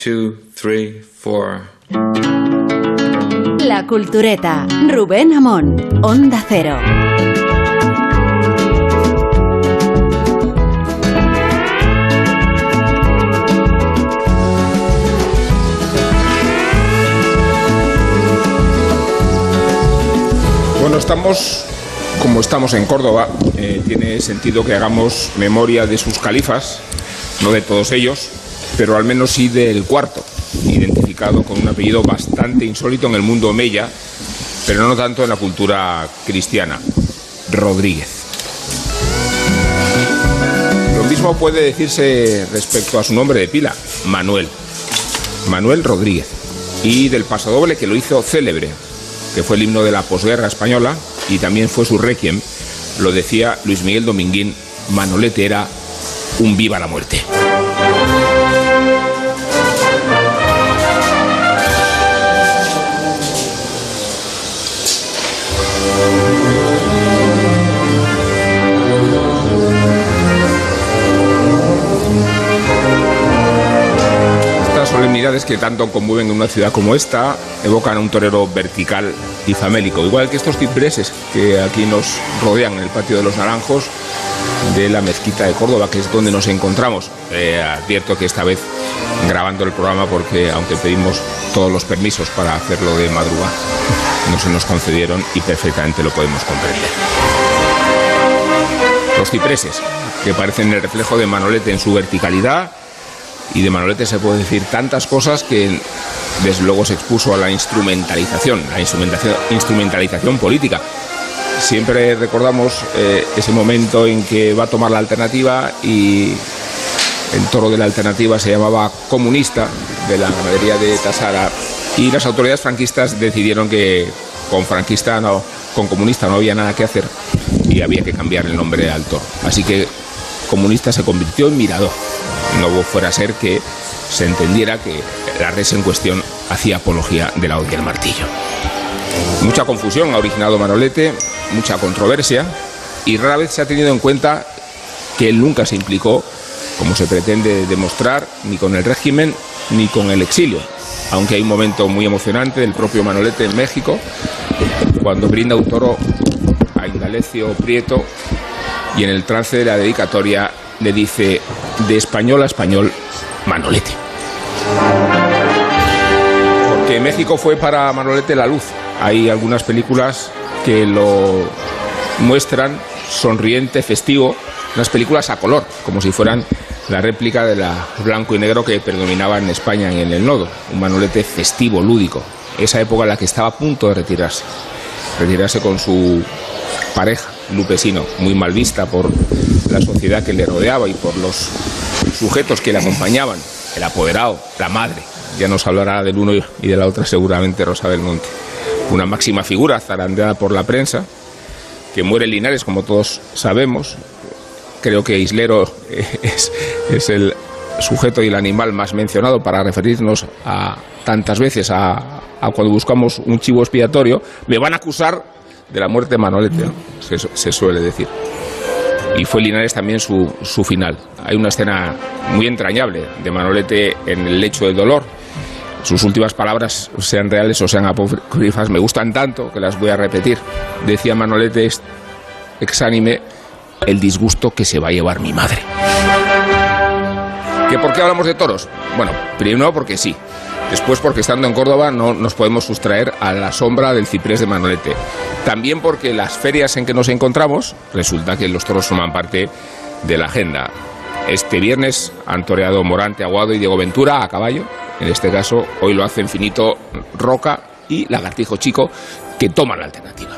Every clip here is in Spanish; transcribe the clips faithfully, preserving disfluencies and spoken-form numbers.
two, three, four. La Cultureta. Rubén Amón. Onda Cero. Bueno, estamos como estamos en Córdoba. Eh, tiene sentido que hagamos memoria de sus califas, no de todos ellos, pero al menos sí del cuarto, identificado con un apellido bastante insólito en el mundo omeya, pero no tanto en la cultura cristiana: Rodríguez. Lo mismo puede decirse respecto a su nombre de pila, Manuel. Manuel Rodríguez. Y del pasodoble, que lo hizo célebre, que fue el himno de la posguerra española y también fue su requiem. Lo decía Luis Miguel Dominguín: Manolete era un viva la muerte. Solemnidades que tanto conmueven en una ciudad como esta evocan a un torero vertical y famélico, igual que estos cipreses que aquí nos rodean en el patio de los Naranjos de la Mezquita de Córdoba, que es donde nos encontramos. Eh, advierto que esta vez grabando el programa, porque aunque pedimos todos los permisos para hacerlo de madrugada, no se nos concedieron y perfectamente lo podemos comprender. Los cipreses, que parecen el reflejo de Manolete en su verticalidad. Y de Manolete se puede decir tantas cosas que desde luego se expuso a la instrumentalización, la instrumentación, instrumentalización política. Siempre recordamos eh, ese momento en que va a tomar la alternativa y el toro de la alternativa se llamaba Comunista, de la ganadería de Tasara, y las autoridades franquistas decidieron que con franquista no, con comunista no había nada que hacer y había que cambiar el nombre al toro. Así que Comunista se convirtió en Mirador. No fuera a ser que se entendiera que la res en cuestión hacía apología de la hoz y el martillo. Mucha confusión ha originado Manolete, mucha controversia, y rara vez se ha tenido en cuenta que él nunca se implicó, como se pretende demostrar, ni con el régimen ni con el exilio. Aunque hay un momento muy emocionante del propio Manolete en México, cuando brinda un toro a Indalecio Prieto y en el trance de la dedicatoria le dice: de español a español, Manolete. Porque México fue para Manolete la luz. Hay algunas películas que lo muestran sonriente, festivo, unas películas a color, como si fueran la réplica de la blanco y negro que predominaba en España en el Nodo. Un Manolete festivo, lúdico. Esa época en la que estaba a punto de retirarse. Retirarse con su pareja, Lupe Sino, muy mal vista por la sociedad que le rodeaba y por los sujetos que le acompañaban, el apoderado, la madre. Ya nos hablará del uno y de la otra seguramente Rosa del Monte. Una máxima figura zarandeada por la prensa, que muere en Linares, como todos sabemos. Creo que Islero es, es el sujeto y el animal más mencionado para referirnos a tantas veces a, a cuando buscamos un chivo expiatorio. Me van a acusar de la muerte de Manolete, ¿no? se, se suele decir. Y fue Linares también su, su final. Hay una escena muy entrañable de Manolete en el lecho del dolor. Sus últimas palabras, sean reales o sean apócrifas, me gustan tanto que las voy a repetir. Decía Manolete exánime: el disgusto que se va a llevar mi madre. ¿Que por qué hablamos de toros? Bueno, primero porque sí. Después porque estando en Córdoba no nos podemos sustraer a la sombra del ciprés de Manolete. También porque las ferias en que nos encontramos, resulta que los toros forman parte de la agenda. Este viernes han toreado Morante Aguado y Diego Ventura a caballo. En este caso, hoy lo hacen Finito Roca y Lagartijo Chico, que toman la alternativa.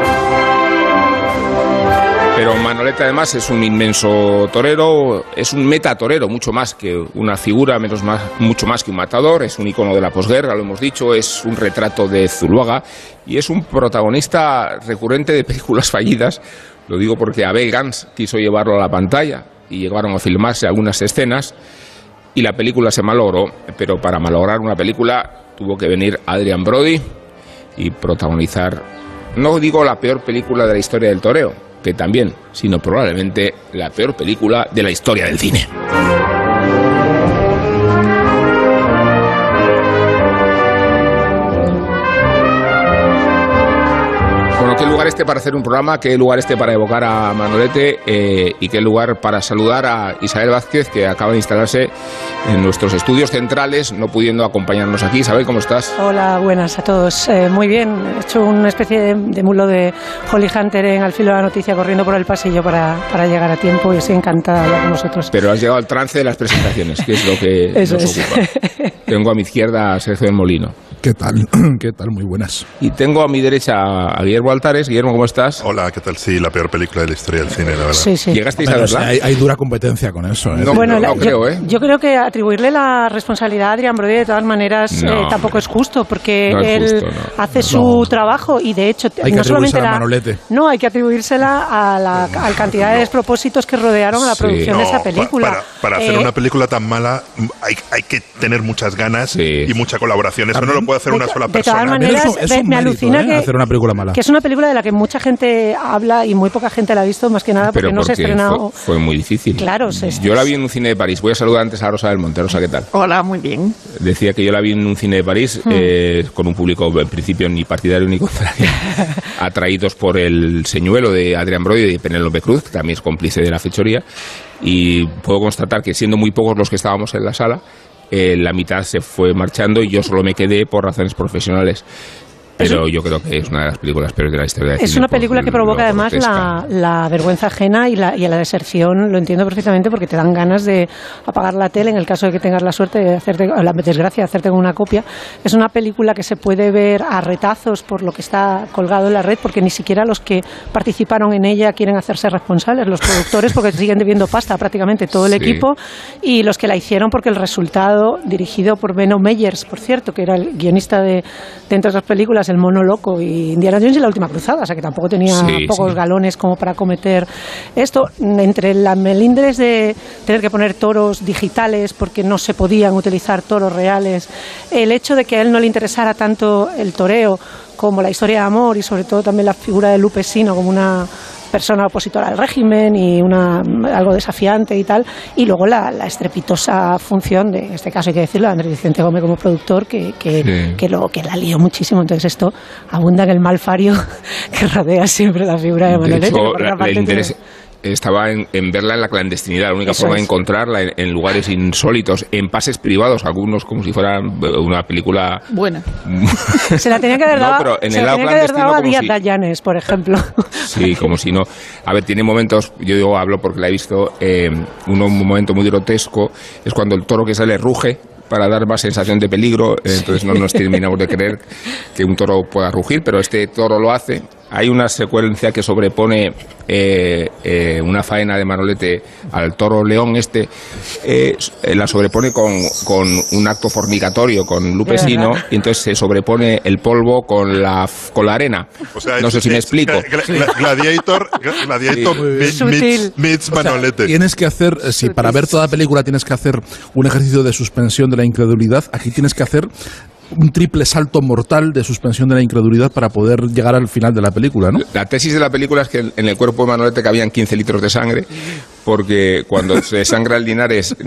Pero Manolete además es un inmenso torero, es un metatorero, mucho más que una figura, menos más, mucho más que un matador, es un icono de la posguerra, lo hemos dicho, es un retrato de Zuluaga y es un protagonista recurrente de películas fallidas. Lo digo porque Abel Gans quiso llevarlo a la pantalla y llegaron a filmarse algunas escenas y la película se malogró, pero para malograr una película tuvo que venir Adrian Brody y protagonizar, no digo la peor película de la historia del toreo, que también, sino probablemente la peor película de la historia del cine. lugar este para hacer un programa, qué lugar este para evocar a Manolete eh, y qué lugar para saludar a Isabel Vázquez, que acaba de instalarse en nuestros estudios centrales, no pudiendo acompañarnos aquí. Isabel, ¿cómo estás? Hola, buenas a todos. Eh, muy bien, he hecho una especie de, de mulo de Holly Hunter en Al filo de la noticia, corriendo por el pasillo para, para llegar a tiempo, y estoy encantada de hablar con vosotros. Pero has llegado al trance de las presentaciones, que es lo que Eso nos es. ocupa. Tengo a mi izquierda a Sergio del Molino. ¿Qué tal? ¿Qué tal? Muy buenas. Y tengo a mi derecha a Guillermo Altares. Guillermo, ¿cómo estás? Hola, ¿qué tal? Sí, la peor película de la historia del cine, la verdad. Sí, sí. ¿Llegasteis Bueno, a o sea, verla? hay, hay dura competencia con eso. ¿eh? No, Bueno, no, la- no yo, creo, ¿eh? yo creo que atribuirle la responsabilidad a Adrian Brody de todas maneras No, eh, tampoco hombre. es justo, porque No es él justo, no. hace No. su trabajo y de hecho Hay que no solamente atribuírsela a la, Manolete. no hay que atribuírsela a la, a la cantidad de despropósitos que rodearon a la Sí. producción de No, esa pa- película. Para, para hacer Eh, una película tan mala hay, hay que tener muchas ganas Sí. y mucha colaboración. Eso no lo puede hacer de una to- sola de persona. todas También maneras, es un- es me- un me mérito, alucina ¿eh? que, hacer una película mala. que es una película de la que mucha gente habla y muy poca gente la ha visto, más que nada porque Pero no se ha porque estrenado. fue, fue muy difícil. Claro, se- Yo la vi en un cine de París. Voy a saludar antes a Rosa del Monte. Rosa, ¿qué tal? Hola, muy bien. Decía que yo la vi en un cine de París eh, con un público en principio ni partidario ni contrario, atraídos por el señuelo de Adrian Brody y de Penélope Cruz, que también es cómplice de la fechoría, y puedo constatar que siendo muy pocos los que estábamos en la sala, eh, la mitad se fue marchando y yo solo me quedé por razones profesionales. Pero yo creo que es una de las películas peores de la historia del Es cine una por película que lo provoca además grotesca. la, la vergüenza ajena y la, y la deserción, lo entiendo perfectamente, porque te dan ganas de apagar la tele en el caso de que tengas la suerte de hacerte, o la desgracia de hacerte con una copia. Es una película que se puede ver a retazos por lo que está colgado en la red, porque ni siquiera los que participaron en ella quieren hacerse responsables, los productores, porque siguen debiendo pasta prácticamente todo el Sí. equipo, y los que la hicieron porque el resultado, dirigido por Benno Meyers, por cierto, que era el guionista de, de entre otras películas, El mono loco y Indiana Jones y La última cruzada, o sea que tampoco tenía Sí, pocos sí. galones como para cometer esto. Entre las melindres de tener que poner toros digitales porque no se podían utilizar toros reales, el hecho de que a él no le interesara tanto el toreo como la historia de amor y sobre todo también la figura de Lupe Sino como una persona opositora al régimen y una algo desafiante y tal, y luego la, la estrepitosa función de, en este caso hay que decirlo, de Andrés Vicente Gómez como productor, que, que, Sí. que, lo, que la lió muchísimo. Entonces esto abunda en el malfario que rodea siempre la figura de De Manolete. hecho, que por la- otra parte el interés tiene- estaba en, en verla en la clandestinidad, la única Eso forma de es. encontrarla en, en lugares insólitos, en pases privados, algunos como si fuera una película... Buena. Se la tenía que haber No, dado, pero en se el la lado tenía que haber clandestino dado a como Díaz si- Dayanes, por ejemplo. Sí, como si no... A ver, tiene momentos, yo digo, hablo porque la he visto, eh, uno, un momento muy grotesco, es cuando el toro que sale ruge para dar más sensación de peligro, eh, entonces no nos terminamos de creer que un toro pueda rugir, pero este toro lo hace. Hay una secuencia que sobrepone eh, eh, una faena de Manolete al toro león este, eh, la sobrepone con, con un acto fornicatorio con Lupe ¿De Sino, verdad? y entonces se sobrepone el polvo con la, con la arena. O sea, No es- sé si me es- explico. Gla- Gla- Gladiator, Gladiator Sí. mi- Sutil. meets, meets O sea, Manolete. tienes que hacer, eh, si para ver toda la película tienes que hacer un ejercicio de suspensión de la incredulidad, aquí tienes que hacer un triple salto mortal de suspensión de la incredulidad para poder llegar al final de la película, ¿no? La tesis de la película es que en el cuerpo de Manolete cabían quince litros de sangre, porque cuando se sangra el Linares,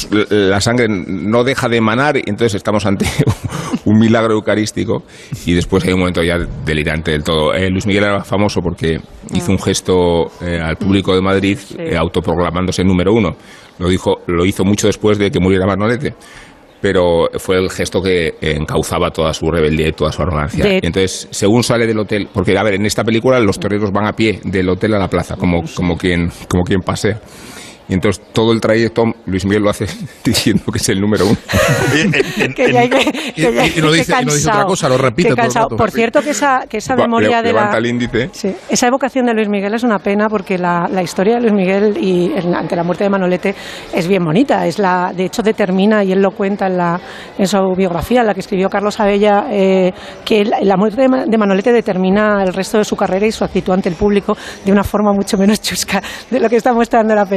la sangre no deja de emanar, y entonces estamos ante un milagro eucarístico, y después hay un momento ya delirante del todo. Eh, Luis Miguel era famoso porque hizo un gesto eh, al público de Madrid, eh, autoproclamándose número uno. Lo, dijo, lo hizo mucho después de que muriera Manolete, pero fue el gesto que encauzaba toda su rebeldía y toda su arrogancia. De- Y entonces, según sale del hotel, porque a ver, en esta película los toreros van a pie del hotel a la plaza, como, como, quien, como quien pasea. Y entonces todo el trayecto Luis Miguel lo hace diciendo que es el número uno. En- en- Que en- ya hay que- Y- que ya- y- y no que dice- y no dice otra cansado, cosa, lo repite que todo el cansado. rato. Por cierto, que esa, que esa Va, memoria le- de la... levanta el índice. Sí, esa evocación de Luis Miguel es una pena porque la, la historia de Luis Miguel y en- ante la muerte de Manolete es bien bonita. Es la, de hecho, determina, y él lo cuenta en, la, en su biografía, en la que escribió Carlos Abella, eh, que la, la muerte de, Ma- de Manolete determina el resto de su carrera y su actitud ante el público de una forma mucho menos chusca de lo que está mostrando la película.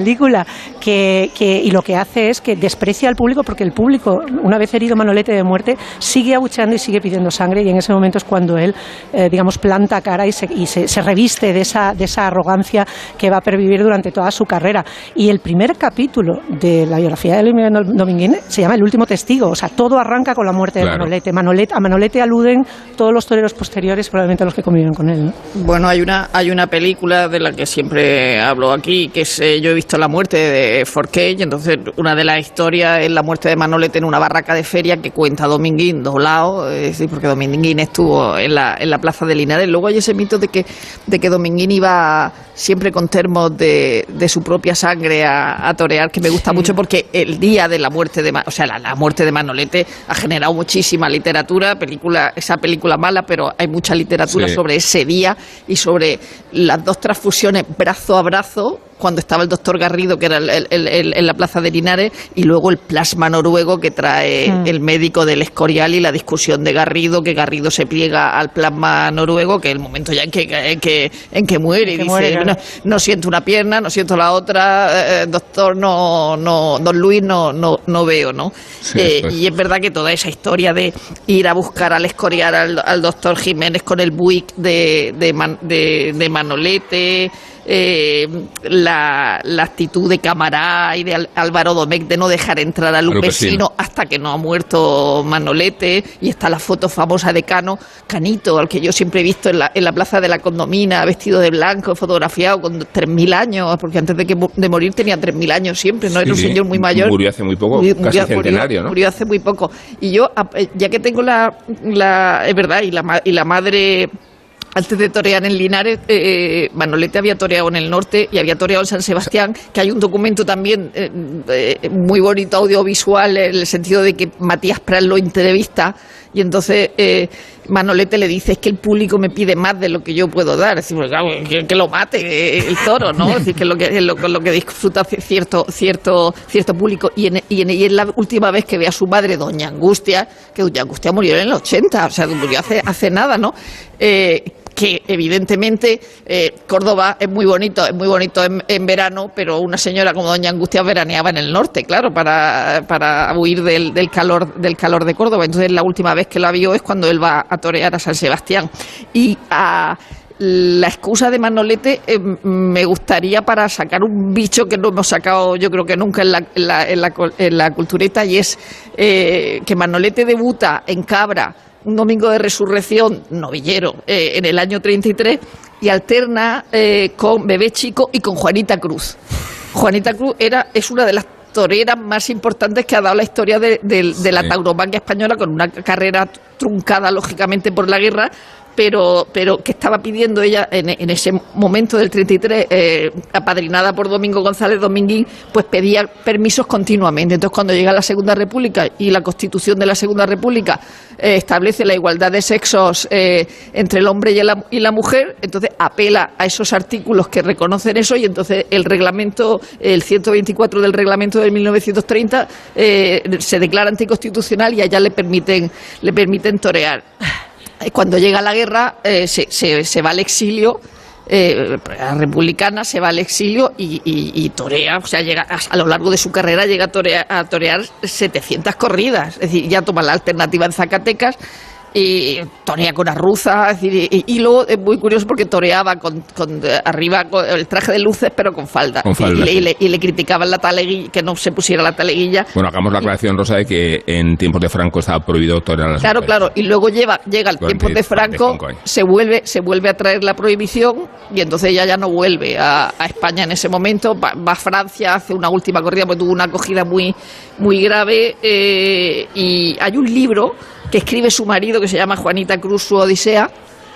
carrera, que, que, y lo que hace es que desprecia al público, porque el público, una vez herido Manolete de muerte, sigue abucheando y sigue pidiendo sangre, y en ese momento es cuando él, eh, digamos, planta cara y, se, y se, se reviste de esa, de esa arrogancia que va a pervivir durante toda su carrera. Y el primer capítulo de la biografía de Luis Dominguín se llama El último testigo, o sea, todo arranca con la muerte de claro. Manolete. Manolete. A Manolete aluden todos los toreros posteriores, probablemente los que conviven con él, ¿no? Bueno, hay una, hay una película de la que siempre hablo aquí, que es eh, Yo he visto la muerte de Forqué, y entonces una de las historias es la muerte de Manolete en una barraca de feria que cuenta Dominguín doblado, es decir, porque Dominguín estuvo en la, en la plaza de Linares. Luego hay ese mito de que, de que Dominguín iba siempre con termos de, de su propia sangre a, a torear, que me gusta sí. mucho, porque el día de la muerte de, o sea, la, la muerte de Manolete ha generado muchísima literatura, película, esa película mala, pero hay mucha literatura sí. sobre ese día y sobre las dos transfusiones brazo a brazo, cuando estaba el doctor Garrido, que era el, el, el, en la plaza de Linares, y luego el plasma noruego que trae mm. el médico del Escorial, y la discusión de Garrido, que Garrido se pliega al plasma noruego, que es el momento ya en que, en que, en que muere, y dice, muere, claro. no, no siento una pierna, no siento la otra, eh, doctor, no, no, don Luis, no, no, no veo, ¿no? Sí, eh, pues. Y es verdad que toda esa historia de ir a buscar al Escorial, al, al doctor Jiménez con el Buick de, de, Man, de, de Manolete... Eh, la, la actitud de Camará y de Álvaro Domecq de no dejar entrar a Lumpesino hasta que no ha muerto Manolete, y está la foto famosa de Cano, Canito, al que yo siempre he visto en la, en la plaza de la Condomina, vestido de blanco, fotografiado con tres mil años, porque antes de, que, de morir tenía tres mil años siempre, no sí, era un señor muy mayor. Murió hace muy poco, murió, casi centenario, murió, ¿no? Murió hace muy poco. Y yo, ya que tengo la, la es verdad, y la, y la madre... Antes de torear en Linares, eh, Manolete había toreado en el norte y había toreado en San Sebastián, que hay un documento también eh, eh, muy bonito audiovisual, en el sentido de que Matías Prat lo entrevista, y entonces eh, Manolete le dice, es que el público me pide más de lo que yo puedo dar, es decir, claro, que, que lo mate el toro, ¿no? Es decir, que es lo que, lo, lo que disfruta cierto, cierto, cierto público. Y en, y, en, y es la última vez que ve a su madre, doña Angustia, que doña Angustia murió en el ochenta, o sea, murió hace, hace nada, ¿no? Eh, que evidentemente eh, Córdoba es muy bonito, es muy bonito en, en verano, pero una señora como doña Angustia veraneaba en el norte, claro, para, para huir del, del calor del calor de Córdoba. Entonces la última vez que la vio es cuando él va a torear a San Sebastián. Y a la excusa de Manolete eh, me gustaría para sacar un bicho que no hemos sacado yo creo que nunca en la, en la, en la, en la cultureta, y es eh, que Manolete debuta en Cabra un domingo de resurrección, novillero, eh, en el año treinta y tres, y alterna eh, con Bebé Chico y con Juanita Cruz. Juanita Cruz era, es una de las toreras más importantes que ha dado la historia de, de, de la tauromaquia española, con una carrera truncada, lógicamente, por la guerra, pero pero que estaba pidiendo ella en, en ese momento del treinta y tres, eh, apadrinada por Domingo González Dominguín, pues pedía permisos continuamente. Entonces, cuando llega la Segunda República y la Constitución de la Segunda República eh, establece la igualdad de sexos eh, entre el hombre y la, y la mujer, entonces apela a esos artículos que reconocen eso, y entonces el reglamento, el ciento veinticuatro del reglamento de mil novecientos treinta eh, se declara anticonstitucional, y a ella le permiten, le permiten torear. Cuando llega la guerra, eh, se, se, se va al exilio, eh, la republicana se va al exilio y, y, y torea, o sea, llega a, a lo largo de su carrera llega a torear, a torear setecientas corridas, es decir, ya toma la alternativa en Zacatecas, y torea con Arruza, es decir, y, y luego es muy curioso porque toreaba con, con arriba con el traje de luces, pero con falda, con falda y, sí. y, le, y le criticaban la taleguilla, que no se pusiera la taleguilla. Bueno, hagamos la aclaración, Rosa, de que en tiempos de Franco estaba prohibido torear a las Claro, mujeres. claro, y luego lleva, llega el tiempo de Franco, se vuelve, se vuelve a traer la prohibición, y entonces ella ya no vuelve a, a España en ese momento, va, va a Francia, hace una última corrida, porque tuvo una acogida muy, muy grave, eh, y hay un libro que escribe su marido, que se llama Juanita Cruz, su Odisea,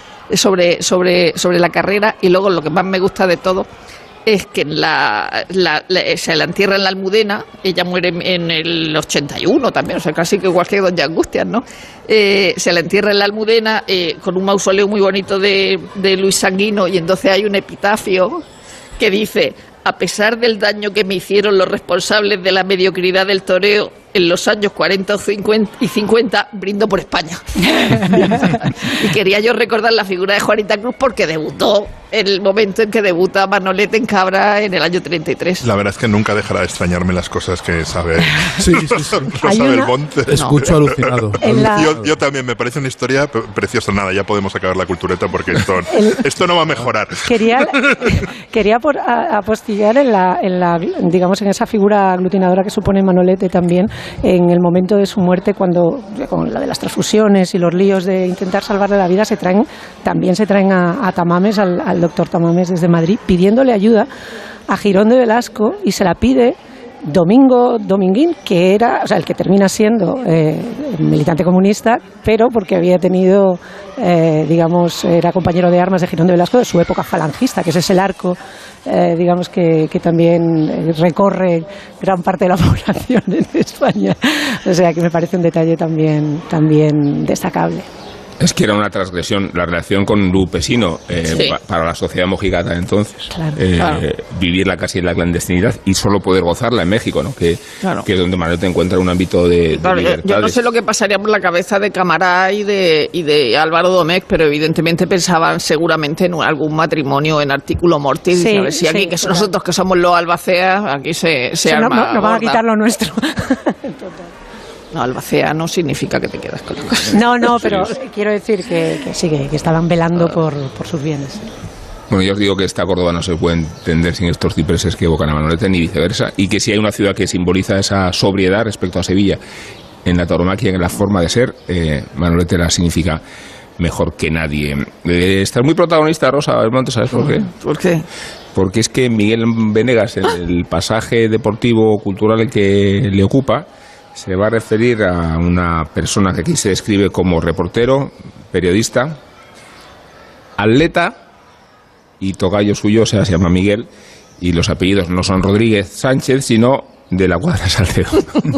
sobre, sobre, sobre la carrera. Y luego lo que más me gusta de todo es que la, la, la, se la entierra en la Almudena, ella muere en el ochenta y uno también, o sea, casi que igual que doña Angustias, ¿no? Eh, se la entierra en la Almudena eh, con un mausoleo muy bonito de, de Luis Sanguino, y entonces hay un epitafio que dice: a pesar del daño que me hicieron los responsables de la mediocridad del toreo en los años cuarenta y cincuenta, brindo por España. Y quería yo recordar la figura de Juanita Cruz porque debutó el momento en que debuta Manolete en Cabra en el año treinta y tres. La verdad es que nunca dejará de extrañarme las cosas que sabe, sí, sí, sí. no sabe el Monte. Escucho no. alucinado. La... Yo, yo también, me parece una historia preciosa. Nada, ya podemos acabar la cultureta porque esto, el... esto no va a mejorar. Quería, quería por, a, apostillar en la, en la, digamos, en esa figura aglutinadora que supone Manolete también, en el momento de su muerte, cuando con la de las transfusiones y los líos de intentar salvarle la vida, se traen, también se traen a, a Tamames, al, al doctor Tamames desde Madrid, pidiéndole ayuda a Girón de Velasco, y se la pide Domingo Dominguín, que era, o sea, el que termina siendo eh, militante comunista, pero porque había tenido, eh, digamos, era compañero de armas de Girón de Velasco de su época falangista, que ese es el arco, eh, digamos, que, que también recorre gran parte de la población en España. O sea, que me parece un detalle también, también destacable. Es que era una transgresión, la relación con Lupesino, eh, sí. pa, para la sociedad mojigata entonces. Claro, eh, claro. Vivirla casi en la clandestinidad y solo poder gozarla en México, ¿no? Que, claro. que es donde Manolete encuentra un ámbito de, de claro, libertades. yo, yo no sé lo que pasaría por la cabeza de Camará y de, y de Álvaro Domecq, pero evidentemente pensaban seguramente en algún matrimonio en artículo mortis. Sí, a ver si aquí, sí, que claro. nosotros que somos los albaceas, aquí se, se O sea, arma no, no, nos van a gorda. quitar lo nuestro. No, albacea no significa que te quedas con la cosa. No, no, pero quiero decir que, que sí, que, que estaban velando por, por sus bienes. Bueno, yo os digo que esta Córdoba no se puede entender sin estos cipreses que evocan a Manolete, ni viceversa, y que si hay una ciudad que simboliza esa sobriedad respecto a Sevilla, en la tauromaquia, en la forma de ser, eh, Manolete la significa mejor que nadie. Eh, estás muy protagonista, Rosa Belmonte, ¿sabes por qué? ¿Por qué? Porque es que Miguel Venegas, en el pasaje deportivo cultural que le ocupa, se va a referir a una persona que aquí se describe como reportero, periodista, atleta y tocayo suyo, o sea, se llama Miguel, y los apellidos no son Rodríguez Sánchez, sino de la Cuadra Salcedo.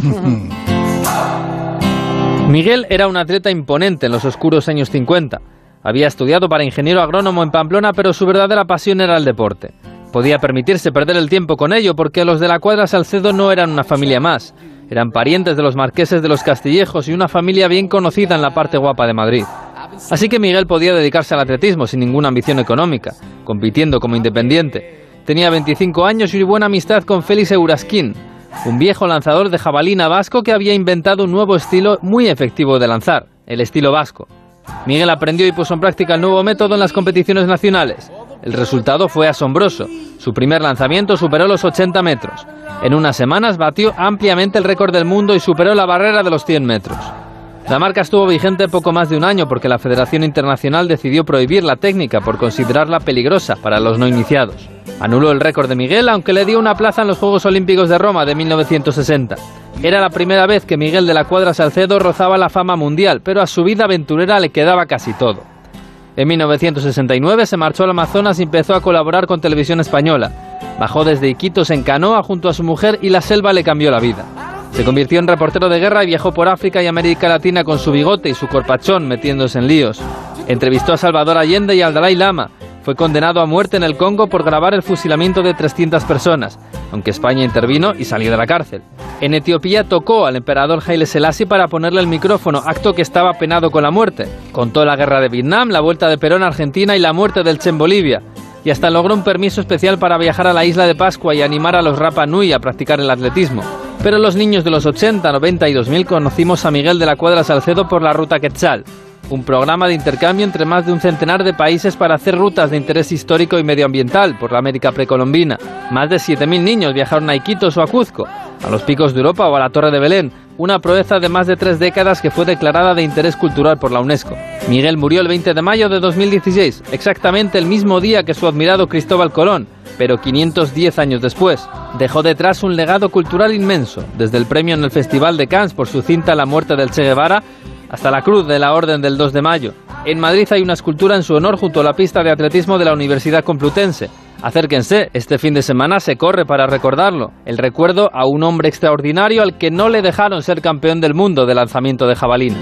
Miguel era un atleta imponente en los oscuros años cincuenta. Había estudiado para ingeniero agrónomo en Pamplona, pero su verdadera pasión era el deporte. Podía permitirse perder el tiempo con ello porque los de la Cuadra Salcedo no eran una familia más. Eran parientes de los marqueses de los Castillejos y una familia bien conocida en la parte guapa de Madrid. Así que Miguel podía dedicarse al atletismo sin ninguna ambición económica, compitiendo como independiente. Tenía veinticinco años y buena amistad con Félix Eurasquín, un viejo lanzador de jabalina vasco que había inventado un nuevo estilo muy efectivo de lanzar, el estilo vasco. Miguel aprendió y puso en práctica el nuevo método en las competiciones nacionales. El resultado fue asombroso. Su primer lanzamiento superó los ochenta metros. En unas semanas batió ampliamente el récord del mundo y superó la barrera de los cien metros. La marca estuvo vigente poco más de un año porque la Federación Internacional decidió prohibir la técnica por considerarla peligrosa para los no iniciados. Anuló el récord de Miguel, aunque le dio una plaza en los Juegos Olímpicos de Roma de mil novecientos sesenta. Era la primera vez que Miguel de la Cuadra Salcedo rozaba la fama mundial, pero a su vida aventurera le quedaba casi todo. En mil novecientos sesenta y nueve se marchó al Amazonas y empezó a colaborar con Televisión Española. Bajó desde Iquitos en canoa junto a su mujer y la selva le cambió la vida. Se convirtió en reportero de guerra y viajó por África y América Latina con su bigote y su corpachón metiéndose en líos. Entrevistó a Salvador Allende y al Dalai Lama. Fue condenado a muerte en el Congo por grabar el fusilamiento de trescientas personas, aunque España intervino y salió de la cárcel. En Etiopía tocó al emperador Haile Selassie para ponerle el micrófono, acto que estaba penado con la muerte. Contó la guerra de Vietnam, la vuelta de Perón a Argentina y la muerte del Che en Bolivia. Y hasta logró un permiso especial para viajar a la isla de Pascua y animar a los Rapa Nui a practicar el atletismo. Pero los niños de los ochenta, noventa y dos mil conocimos a Miguel de la Cuadra Salcedo por la Ruta Quetzal, un programa de intercambio entre más de un centenar de países para hacer rutas de interés histórico y medioambiental por la América precolombina. Más de siete mil niños viajaron a Iquitos o a Cuzco, a los picos de Europa o a la Torre de Belén, una proeza de más de tres décadas que fue declarada de interés cultural por la UNESCO. Miguel murió el veinte de mayo de dos mil dieciséis, exactamente el mismo día que su admirado Cristóbal Colón, pero quinientos diez años después. Dejó detrás un legado cultural inmenso, desde el premio en el Festival de Cannes por su cinta La muerte del Che Guevara, hasta la Cruz de la Orden del dos de mayo. En Madrid hay una escultura en su honor junto a la pista de atletismo de la Universidad Complutense. Acérquense, este fin de semana se corre para recordarlo. El recuerdo a un hombre extraordinario al que no le dejaron ser campeón del mundo de lanzamiento de jabalina.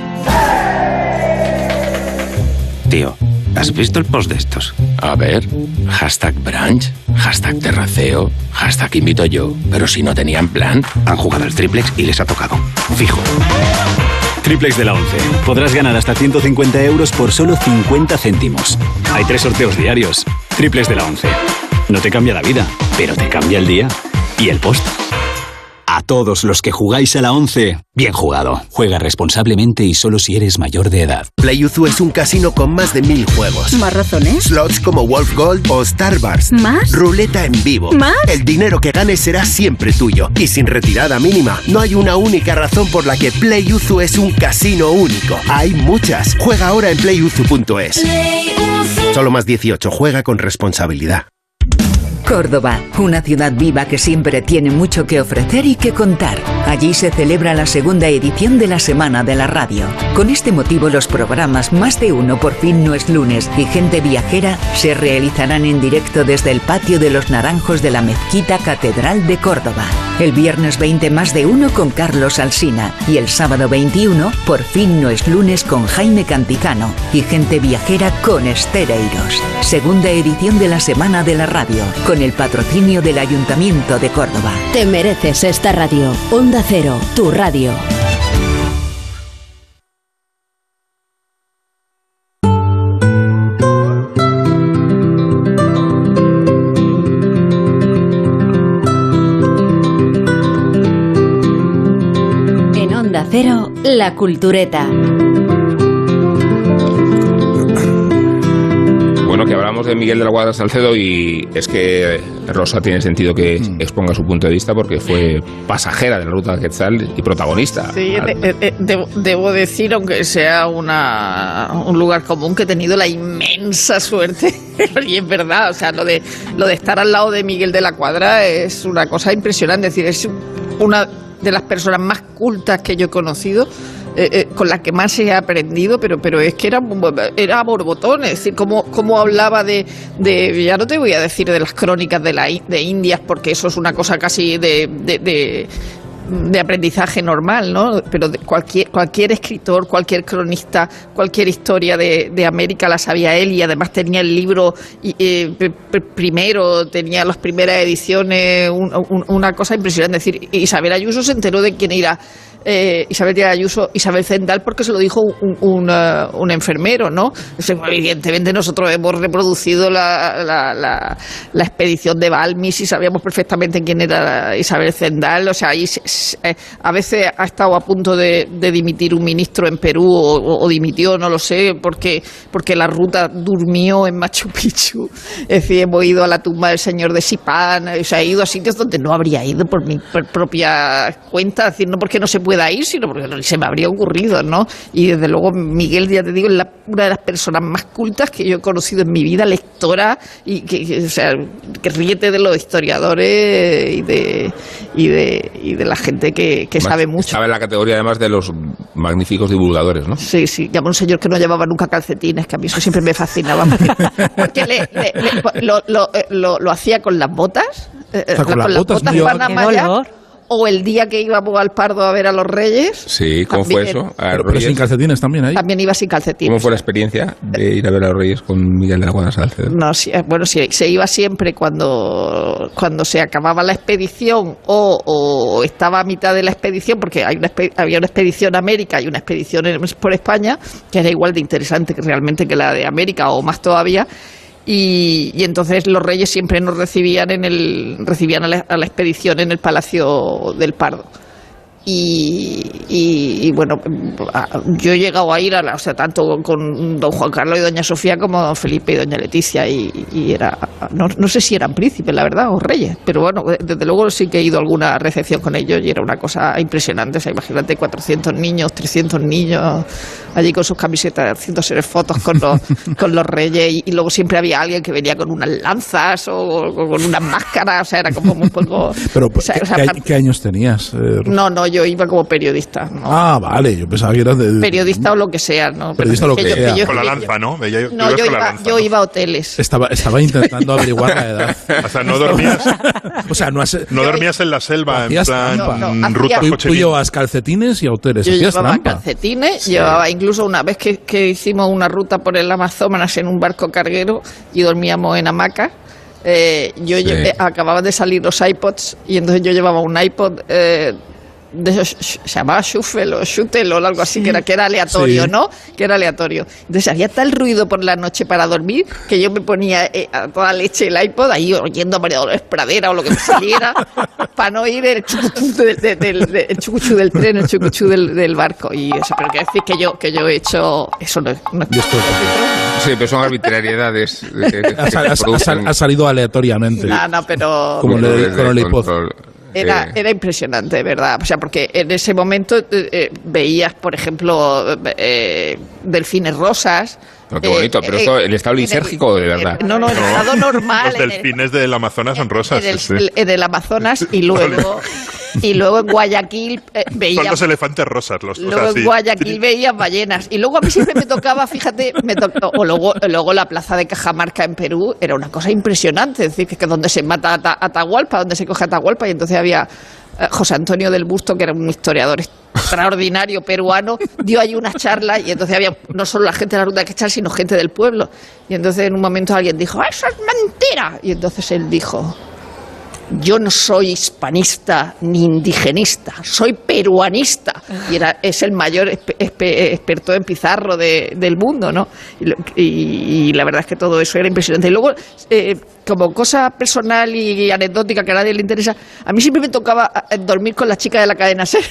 Tío, ¿has visto el post de estos? A ver, hashtag brunch, hashtag terraceo, hashtag invito yo. Pero si no tenían plan, han jugado al triplex y les ha tocado. Fijo. Triplex de la once. Podrás ganar hasta ciento cincuenta euros por solo cincuenta céntimos. Hay tres sorteos diarios. Triplex de la once. No te cambia la vida, pero te cambia el día y el post. A todos los que jugáis a la once, bien jugado. Juega responsablemente y solo si eres mayor de edad. PlayUzu es un casino con más de mil juegos. ¿Más razones? Slots como Wolf Gold o Star Wars. ¿Más? Ruleta en vivo. ¿Más? El dinero que ganes será siempre tuyo. Y sin retirada mínima, no hay una única razón por la que PlayUzu es un casino único. Hay muchas. Juega ahora en playuzu punto es. Solo más dieciocho. Juega con responsabilidad. Córdoba, una ciudad viva que siempre tiene mucho que ofrecer y que contar. Allí se celebra la segunda edición de la Semana de la Radio. Con este motivo, los programas Más de Uno, Por fin no es lunes y Gente Viajera se realizarán en directo desde el patio de los Naranjos de la Mezquita Catedral de Córdoba. El viernes veinte, Más de Uno con Carlos Alsina y el sábado veintiuno, Por fin no es lunes con Jaime Cantizano y Gente Viajera con Estereiros. Segunda edición de la Semana de la Radio, con el patrocinio del Ayuntamiento de Córdoba. Te mereces esta radio. Onda Cero, tu radio. En Onda Cero, La Cultureta. Bueno, que hablamos de Miguel de la Cuadra Salcedo y es que Rosa tiene sentido que exponga su punto de vista porque fue pasajera de la Ruta del Quetzal y protagonista. Sí, de, de, debo, debo decir, aunque sea una, un lugar común, que he tenido la inmensa suerte, y es verdad, o sea, lo de, lo de estar al lado de Miguel de la Cuadra es una cosa impresionante, es decir, es una de las personas más cultas que yo he conocido. Eh, eh, con la que más he aprendido, pero pero es que era, era borbotón, es decir, cómo, cómo hablaba de, de, ya no te voy a decir de las crónicas de, la, de Indias, porque eso es una cosa casi de, de, de, de aprendizaje normal, ¿no? Pero de cualquier, cualquier escritor, cualquier cronista, cualquier historia de, de América la sabía él, y además tenía el libro eh, primero, tenía las primeras ediciones, un, un, una cosa impresionante. Es decir, Isabel Ayuso se enteró de quién era Eh, Isabel Díaz Ayuso, Isabel Zendal, porque se lo dijo un, un, uh, un enfermero, ¿no? O sea, evidentemente nosotros hemos reproducido la, la, la, la expedición de Balmis y sabíamos perfectamente quién era Isabel Zendal. O sea, ahí se, se, a veces ha estado a punto de, de dimitir un ministro en Perú o, o, o dimitió, no lo sé, porque, porque la ruta durmió en Machu Picchu. Es decir, hemos ido a la tumba del señor de Sipán, o sea, he ido a sitios donde no habría ido por mi por propia cuenta, es decir, no porque no se pueda ir, sino porque no, se me habría ocurrido, ¿no? Y desde luego Miguel, ya te digo, es la, una de las personas más cultas que yo he conocido en mi vida, lectora, y que, que o sea, que ríete de los historiadores y de y de, y de la gente que, que sabe mucho. Sabe la categoría además de los magníficos divulgadores, ¿no? Sí, sí, llama un señor que no llevaba nunca calcetines, que a mí eso siempre me fascinaba, porque, porque le, le, le, lo, lo, lo, lo hacía con las botas, o sea, con, con las botas, botas Panamá, o el día que íbamos al Pardo a ver a los Reyes. Sí, ¿cómo fue eso? A pero, pero sin calcetines también ahí. También iba sin calcetines. ¿Cómo fue la experiencia de ir a ver a los Reyes con Miguel de la Cuadra Salcedo? No, sí, bueno, sí, se iba siempre cuando, cuando se acababa la expedición o, o estaba a mitad de la expedición, porque hay una, había una expedición a América y una expedición por España, que era igual de interesante que realmente que la de América, o más todavía. Y, y entonces los Reyes siempre nos recibían en el recibían a la, a la expedición en el Palacio del Pardo. Y, y, y bueno, yo he llegado a ir a la, o sea, tanto con don Juan Carlos y doña Sofía como don Felipe y doña Leticia, y, y era, no, no sé si eran príncipes, la verdad, o reyes, pero bueno, desde luego sí que he ido a alguna recepción con ellos y era una cosa impresionante. O sea, imagínate cuatrocientos niños, trescientos niños allí con sus camisetas haciéndose fotos con los, con los reyes, y, y luego siempre había alguien que venía con unas lanzas o, o con unas máscaras, o sea, era como un poco... Pero, o sea, ¿qué, o sea, ¿qué, ¿qué años tenías? Eh, no, no, yo iba como periodista, ¿no? Ah, vale, yo pensaba que eras de... Periodista o lo que sea, ¿no? Periodista o lo que, que sea. Yo, con la lanza, ¿no? Veía, no, yo, iba, lanza, yo ¿no? iba a hoteles. Estaba, estaba intentando averiguar la edad. O sea, no dormías... o sea, no, has, no dormías en la selva, en plan, no, no, ruta tú, tú llevabas calcetines y a hoteles. Yo llevaba trampa? calcetines, sí. llevaba incluso una vez que, que hicimos una ruta por el Amazonas en un barco carguero y dormíamos en hamacas. Eh, yo sí. llevé, acababa de salir los iPods y entonces yo llevaba un iPod eh, de esos, se llamaba shuffle o shuttle o algo así, que era, que era aleatorio, sí. ¿no? Que era aleatorio. Entonces había tal ruido por la noche para dormir que yo me ponía eh, a toda leche el iPod ahí oyendo a María Dolores Pradera o lo que me saliera para no oír el chucuchú del, del, del, del, el chucuchú del tren, el chucuchú del, del barco. Y eso, pero quiero decir que yo, que yo he hecho... Eso no, no es... Sí, pero son arbitrariedades. Que, que ha, sal, ha, sal, ha salido aleatoriamente. No, no, pero... Como le, con el iPod. Era, era impresionante, ¿verdad? O sea, porque en ese momento eh, veías, por ejemplo, eh, delfines rosas. No, qué bonito, eh, pero esto, el estado lisérgico, de verdad. Eh, no, no, en el estado normal. Los delfines el, del Amazonas son rosas. En el, sí. en el Amazonas y luego... Y luego en Guayaquil eh, veía... Son los elefantes rosas. Los, luego o sea, en sí. Guayaquil veías ballenas. Y luego a mí siempre me tocaba, fíjate, me tocó, o luego, luego la plaza de Cajamarca en Perú era una cosa impresionante. Es decir, que, que donde se mata a Atahualpa, donde se coge a Atahualpa, y entonces había eh, José Antonio del Busto, que era un historiador extraordinario peruano, dio ahí una charla y entonces había no solo la gente de la Ruta Quechal, sino gente del pueblo. Y entonces en un momento alguien dijo, ¡eso es mentira! Y entonces él dijo... Yo no soy hispanista ni indigenista, soy peruanista. Y era, es el mayor espe, espe, experto en pizarro de, del mundo, ¿no? Y, y, y la verdad es que todo eso era impresionante. Y luego, eh, como cosa personal y, y anecdótica que a nadie le interesa, a mí siempre me tocaba dormir con la chica de la cadena SER.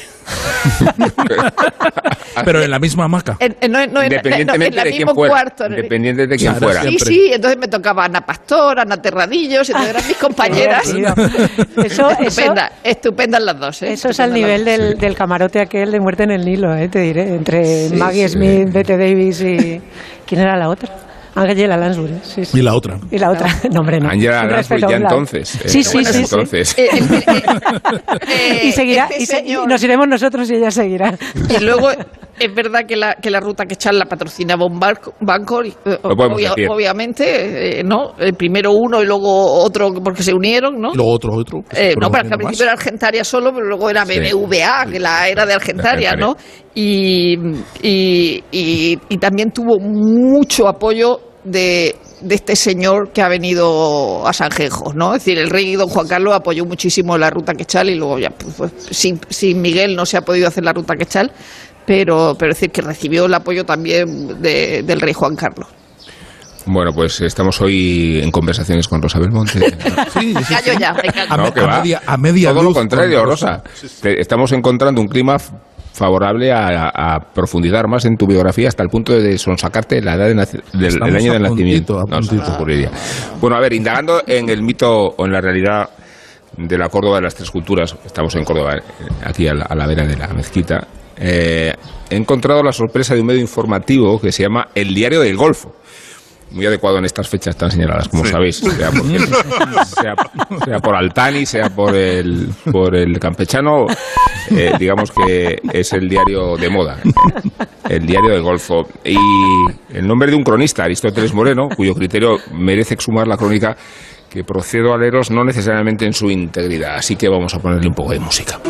Pero en la misma hamaca. En, en, no, no, Independientemente no, en de quién fuera. Cuarto, Independiente de quién claro, fuera. Sí, sí, entonces me tocaba Ana Pastor, Ana Terradillos, entonces eran mis compañeras. Eso, Estupenda, eso, estupendas las dos. ¿eh? Eso es al nivel del, del camarote aquel de Muerte en el Nilo, ¿eh? Te diré, entre sí, Maggie sí. Smith, Bette Davis y... ¿Quién era la otra? Angela Lansbury. Sí, sí. Y la otra. Y la otra, no, hombre, no. Angela Lansbury ya entonces. Sí, sí, bueno, sí. Entonces. Sí. Eh, eh, eh, y seguirá, este y, se, y nos iremos nosotros y ella seguirá. Y luego... Es verdad que la, que la Ruta Quechal la patrocinaba un barco, banco, eh, obvia, obviamente, eh, ¿no? El primero uno y luego otro porque se unieron, ¿no? Y luego otro, otro. Eh, no, para que al principio era Argentaria solo, pero luego era B B V A, sí. que la era de Argentaria, ¿no? Y, y, y, y también tuvo mucho apoyo de... de este señor que ha venido a Sanjenjo, ¿no? Es decir, el rey don Juan Carlos apoyó muchísimo la Ruta Quechal y luego ya, pues, pues, sin, sin Miguel no se ha podido hacer la Ruta Quechal, pero, pero es decir, que recibió el apoyo también de, del rey Juan Carlos. Bueno, pues estamos hoy en conversaciones con Rosa Belmonte. Sí, sí, callo sí. ya, me callo. A, no, me, a, media, a media Todo luz. lo contrario, Rosa. Estamos encontrando un clima favorable a, a profundizar más en tu biografía hasta el punto de sonsacarte la edad de nac- del, del año del nacimiento. No, no, no ocurriría. Bueno, a ver, indagando en el mito o en la realidad de la Córdoba de las Tres Culturas, estamos en Córdoba, aquí a la, a la vera de la mezquita, eh, he encontrado la sorpresa de un medio informativo que se llama El Diario del Golfo. Muy adecuado en estas fechas tan señaladas, como sí. sabéis, sea por, sea, sea por Altani, sea por el, por el campechano, eh, digamos que es el diario de moda, el Diario del Golfo. Y el nombre de un cronista, Aristóteles Moreno, cuyo criterio merece exhumar la crónica que procedo a leeros no necesariamente en su integridad, así que vamos a ponerle un poco de música.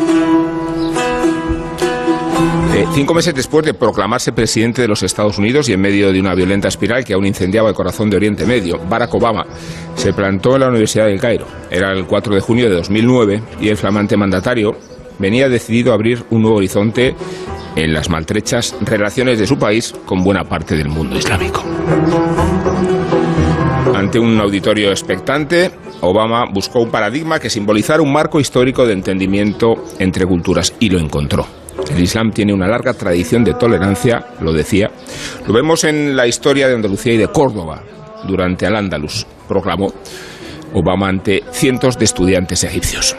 Eh, cinco meses después de proclamarse presidente de los Estados Unidos y en medio de una violenta espiral que aún incendiaba el corazón de Oriente Medio, Barack Obama se plantó en la Universidad del Cairo. Era el cuatro de junio de dos mil nueve y el flamante mandatario venía decidido a abrir un nuevo horizonte en las maltrechas relaciones de su país con buena parte del mundo islámico. Ante un auditorio expectante, Obama buscó un paradigma que simbolizara un marco histórico de entendimiento entre culturas y lo encontró. El Islam tiene una larga tradición de tolerancia, lo decía. Lo vemos en la historia de Andalucía y de Córdoba durante Al-Ándalus, proclamó Obama ante cientos de estudiantes egipcios.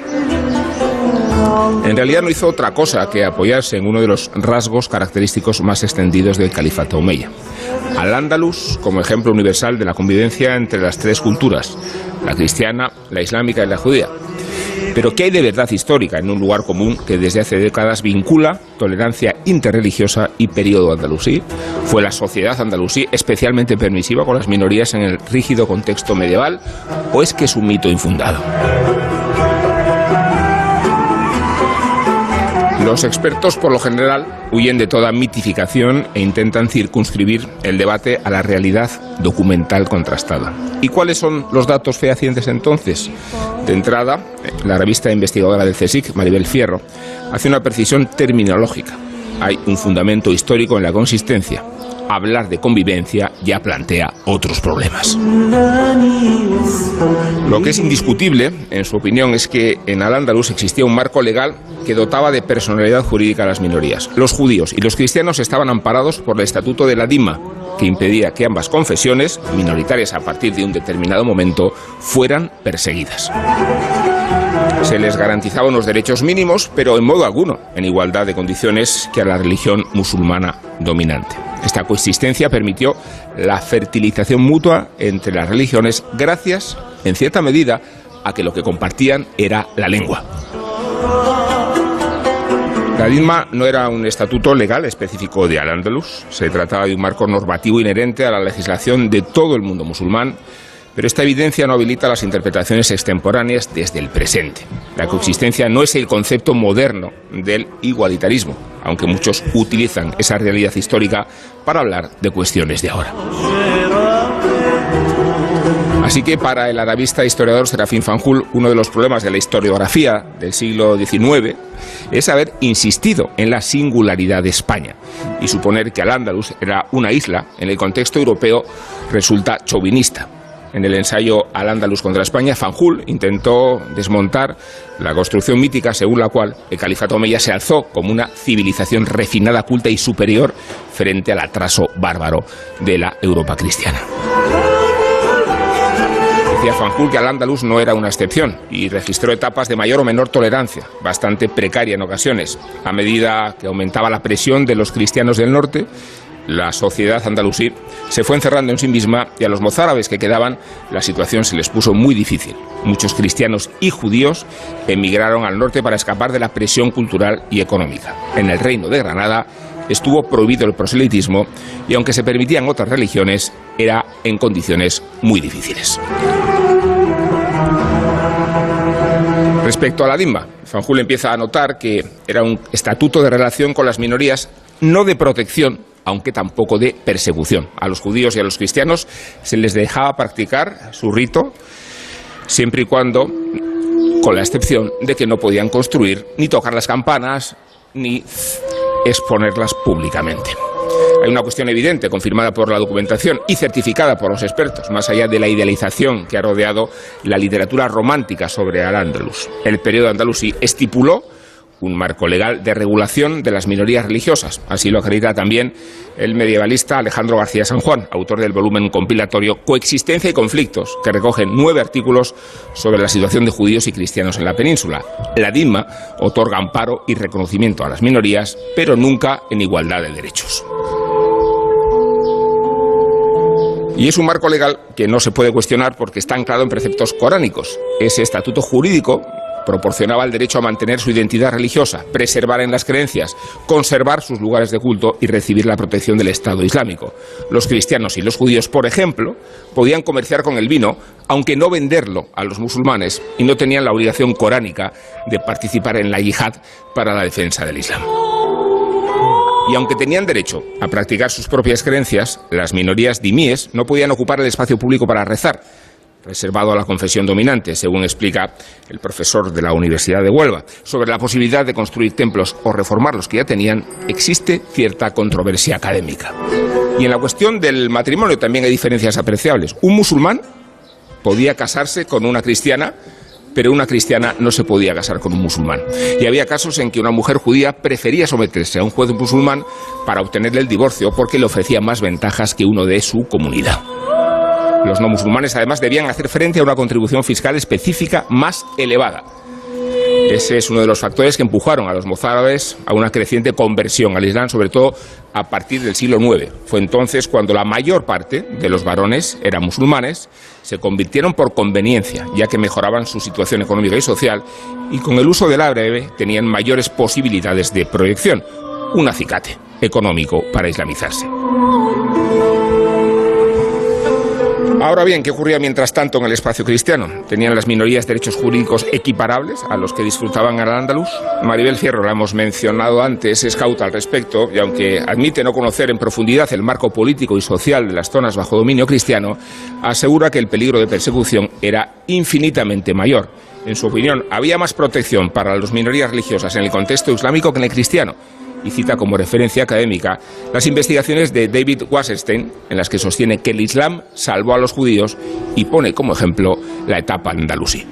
En realidad no hizo otra cosa que apoyarse en uno de los rasgos característicos más extendidos del califato omeya. Al-Ándalus como ejemplo universal de la convivencia entre las tres culturas, la cristiana, la islámica y la judía. Pero ¿qué hay de verdad histórica en un lugar común que desde hace décadas vincula tolerancia interreligiosa y periodo andalusí? ¿Fue la sociedad andalusí especialmente permisiva con las minorías en el rígido contexto medieval? ¿O es que es un mito infundado? Los expertos, por lo general, huyen de toda mitificación e intentan circunscribir el debate a la realidad documental contrastada. ¿Y cuáles son los datos fehacientes entonces? De entrada, la revista investigadora del CSIC, Maribel Fierro, hace una precisión terminológica. Hay un fundamento histórico en la consistencia. Hablar de convivencia ya plantea otros problemas. Lo que es indiscutible, en su opinión, es que en Al-Ándalus existía un marco legal que dotaba de personalidad jurídica a las minorías. Los judíos y los cristianos estaban amparados por el Estatuto de la Dima, que impedía que ambas confesiones, minoritarias a partir de un determinado momento, fueran perseguidas. Se les garantizaba unos derechos mínimos, pero en modo alguno en igualdad de condiciones que a la religión musulmana dominante. Esta coexistencia permitió la fertilización mutua entre las religiones gracias, en cierta medida, a que lo que compartían era la lengua. La Dima no era un estatuto legal específico de Al-Ándalus, se trataba de un marco normativo inherente a la legislación de todo el mundo musulmán, pero esta evidencia no habilita las interpretaciones extemporáneas desde el presente. La coexistencia no es el concepto moderno del igualitarismo, aunque muchos utilizan esa realidad histórica para hablar de cuestiones de ahora. Así que para el arabista historiador Serafín Fanjul, uno de los problemas de la historiografía del siglo diecinueve es haber insistido en la singularidad de España y suponer que Al-Ándalus era una isla en el contexto europeo resulta chauvinista. En el ensayo Al-Ándalus contra España, Fanjul intentó desmontar la construcción mítica según la cual el califato omeya se alzó como una civilización refinada, culta y superior frente al atraso bárbaro de la Europa cristiana. Decía Fanjul que Al-Ándalus no era una excepción y registró etapas de mayor o menor tolerancia, bastante precaria en ocasiones. A medida que aumentaba la presión de los cristianos del norte, la sociedad andalusí se fue encerrando en sí misma y a los mozárabes que quedaban la situación se les puso muy difícil. Muchos cristianos y judíos emigraron al norte para escapar de la presión cultural y económica. En el Reino de Granada estuvo prohibido el proselitismo y aunque se permitían otras religiones, era en condiciones muy difíciles. Respecto a la Dima, Fanjul empieza a notar que era un estatuto de relación con las minorías, no de protección, aunque tampoco de persecución. A los judíos y a los cristianos se les dejaba practicar su rito siempre y cuando, con la excepción de que no podían construir ni tocar las campanas ni exponerlas públicamente. Hay una cuestión evidente, confirmada por la documentación y certificada por los expertos, más allá de la idealización que ha rodeado la literatura romántica sobre Al-Ándalus. El periodo andalusí estipuló un marco legal de regulación de las minorías religiosas. Así lo acredita también el medievalista Alejandro García San Juan, autor del volumen compilatorio Coexistencia y conflictos, que recoge nueve artículos sobre la situación de judíos y cristianos en la península. La Dima otorga amparo y reconocimiento a las minorías, pero nunca en igualdad de derechos. Y es un marco legal que no se puede cuestionar porque está anclado en preceptos coránicos. Ese estatuto jurídico proporcionaba el derecho a mantener su identidad religiosa, preservar en las creencias, conservar sus lugares de culto y recibir la protección del Estado Islámico. Los cristianos y los judíos, por ejemplo, podían comerciar con el vino, aunque no venderlo a los musulmanes, y no tenían la obligación coránica de participar en la yihad para la defensa del Islam. Y aunque tenían derecho a practicar sus propias creencias, las minorías dimíes no podían ocupar el espacio público para rezar, reservado a la confesión dominante, según explica el profesor de la Universidad de Huelva. Sobre la posibilidad de construir templos o reformar los que ya tenían, existe cierta controversia académica. Y en la cuestión del matrimonio también hay diferencias apreciables. Un musulmán podía casarse con una cristiana, pero una cristiana no se podía casar con un musulmán. Y había casos en que una mujer judía prefería someterse a un juez musulmán para obtenerle el divorcio porque le ofrecía más ventajas que uno de su comunidad. Los no musulmanes, además, debían hacer frente a una contribución fiscal específica más elevada. Ese es uno de los factores que empujaron a los mozárabes a una creciente conversión al Islam, sobre todo a partir del siglo noveno. Fue entonces cuando la mayor parte de los varones eran musulmanes, se convirtieron por conveniencia, ya que mejoraban su situación económica y social, y con el uso del árabe tenían mayores posibilidades de proyección, un acicate económico para islamizarse. Ahora bien, ¿qué ocurría mientras tanto en el espacio cristiano? ¿Tenían las minorías derechos jurídicos equiparables a los que disfrutaban al Al-Ándalus? Maribel Fierro, la hemos mencionado antes, es cauta al respecto, y aunque admite no conocer en profundidad el marco político y social de las zonas bajo dominio cristiano, asegura que el peligro de persecución era infinitamente mayor. En su opinión, había más protección para las minorías religiosas en el contexto islámico que en el cristiano. Y cita como referencia académica las investigaciones de David Wasserstein, en las que sostiene que el Islam salvó a los judíos y pone como ejemplo la etapa andalusí.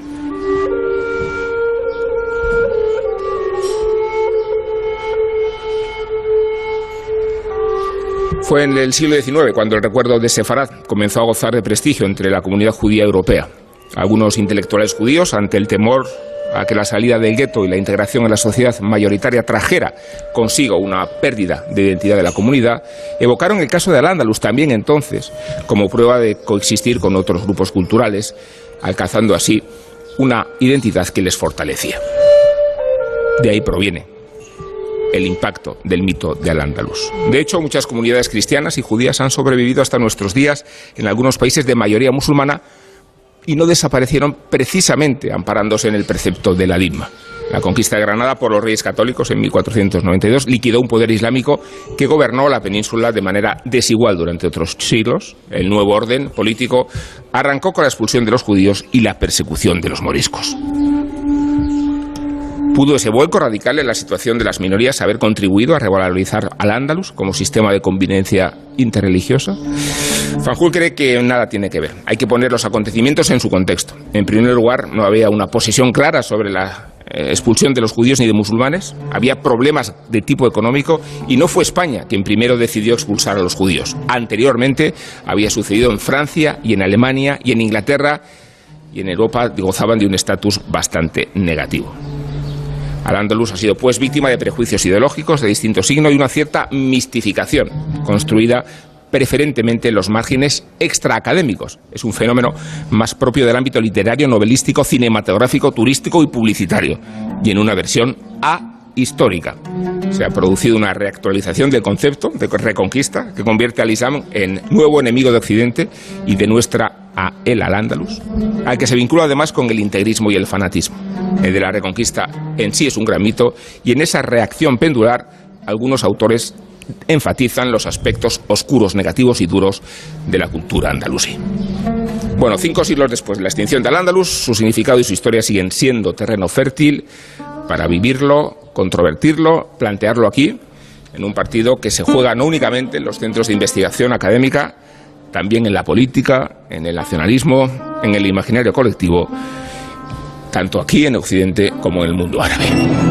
Fue en el siglo diecinueve cuando el recuerdo de Sefarad comenzó a gozar de prestigio entre la comunidad judía europea. Algunos intelectuales judíos, ante el temor a que la salida del gueto y la integración en la sociedad mayoritaria trajera consigo una pérdida de identidad de la comunidad, evocaron el caso de Al-Ándalus también entonces como prueba de coexistir con otros grupos culturales, alcanzando así una identidad que les fortalecía. De ahí proviene el impacto del mito de Al-Ándalus. De hecho, muchas comunidades cristianas y judías han sobrevivido hasta nuestros días en algunos países de mayoría musulmana y no desaparecieron precisamente amparándose en el precepto de la dhimma. La conquista de Granada por los reyes católicos en mil cuatrocientos noventa y dos liquidó un poder islámico que gobernó la península de manera desigual durante otros siglos. El nuevo orden político arrancó con la expulsión de los judíos y la persecución de los moriscos. ¿Pudo ese vuelco radical en la situación de las minorías haber contribuido a revalorizar Al-Ándalus como sistema de convivencia interreligiosa? Fanjul cree que nada tiene que ver. Hay que poner los acontecimientos en su contexto. En primer lugar, no había una posición clara sobre la eh, expulsión de los judíos ni de musulmanes. Había problemas de tipo económico y no fue España quien primero decidió expulsar a los judíos. Anteriormente había sucedido en Francia y en Alemania y en Inglaterra, y en Europa gozaban de un estatus bastante negativo. Al-Ándalus ha sido pues víctima de prejuicios ideológicos de distinto signo y una cierta mistificación construida preferentemente en los márgenes extraacadémicos. Es un fenómeno más propio del ámbito literario, novelístico, cinematográfico, turístico y publicitario, y en una versión ahistórica. Se ha producido una reactualización del concepto de reconquista que convierte al Islam en nuevo enemigo de Occidente y denuestra a el Al-Ándalus, al que se vincula además con el integrismo y el fanatismo. El de la reconquista en sí es un gran mito, y en esa reacción pendular algunos autores enfatizan los aspectos oscuros, negativos y duros de la cultura andalusí. Bueno, cinco siglos después de la extinción de Al-Ándalus, su significado y su historia siguen siendo terreno fértil para vivirlo, controvertirlo, plantearlo aquí, en un partido que se juega no únicamente en los centros de investigación académica, también en la política, en el nacionalismo, en el imaginario colectivo, tanto aquí en Occidente como en el mundo árabe.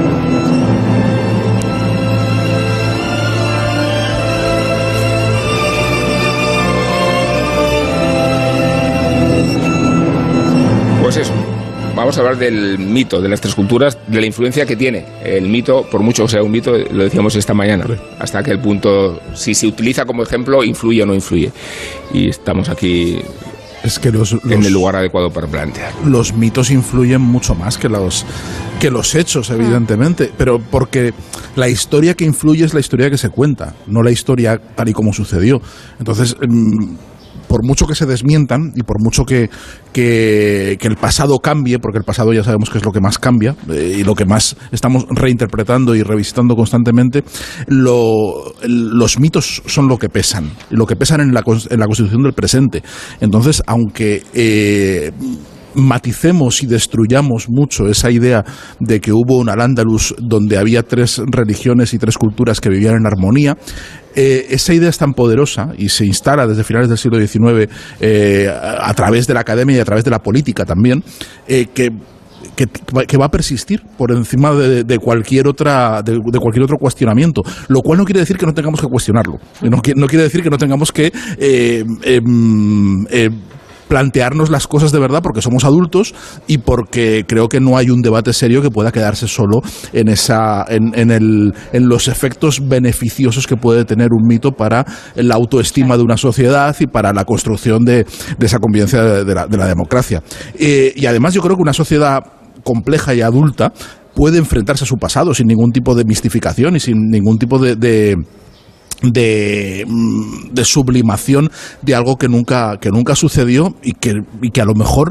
Pues eso, vamos a hablar del mito de las tres culturas, de la influencia que tiene el mito, por mucho que sea un mito, lo decíamos esta mañana, hasta qué punto, si se utiliza como ejemplo, influye o no influye. Y estamos aquí es que los, los, en el lugar adecuado para plantear. Los mitos influyen mucho más que los, que los hechos, evidentemente, pero porque la historia que influye es la historia que se cuenta, no la historia tal y como sucedió. Entonces, mmm, por mucho que se desmientan y por mucho que, que, que el pasado cambie, porque el pasado ya sabemos que es lo que más cambia eh, y lo que más estamos reinterpretando y revisitando constantemente, lo, los mitos son lo que pesan, lo que pesan en la, en la constitución del presente. Entonces, aunque Eh, maticemos y destruyamos mucho esa idea de que hubo un Al-Ándalus donde había tres religiones y tres culturas que vivían en armonía, eh, esa idea es tan poderosa y se instala desde finales del siglo diecinueve eh, a, a través de la academia y a través de la política también, eh, que Que, que va a persistir por encima de, de cualquier otra de, de cualquier otro cuestionamiento, lo cual no quiere decir que no tengamos que cuestionarlo, no, no quiere decir que no tengamos que eh, eh, eh, plantearnos las cosas de verdad, porque somos adultos y porque creo que no hay un debate serio que pueda quedarse solo en esa en, en, el, en los efectos beneficiosos que puede tener un mito para la autoestima de una sociedad y para la construcción de, de esa convivencia de, de, la, de la democracia. Eh, y además yo creo que una sociedad compleja y adulta puede enfrentarse a su pasado sin ningún tipo de mistificación y sin ningún tipo de, de de, de sublimación de algo que nunca que nunca sucedió y que, y que a lo mejor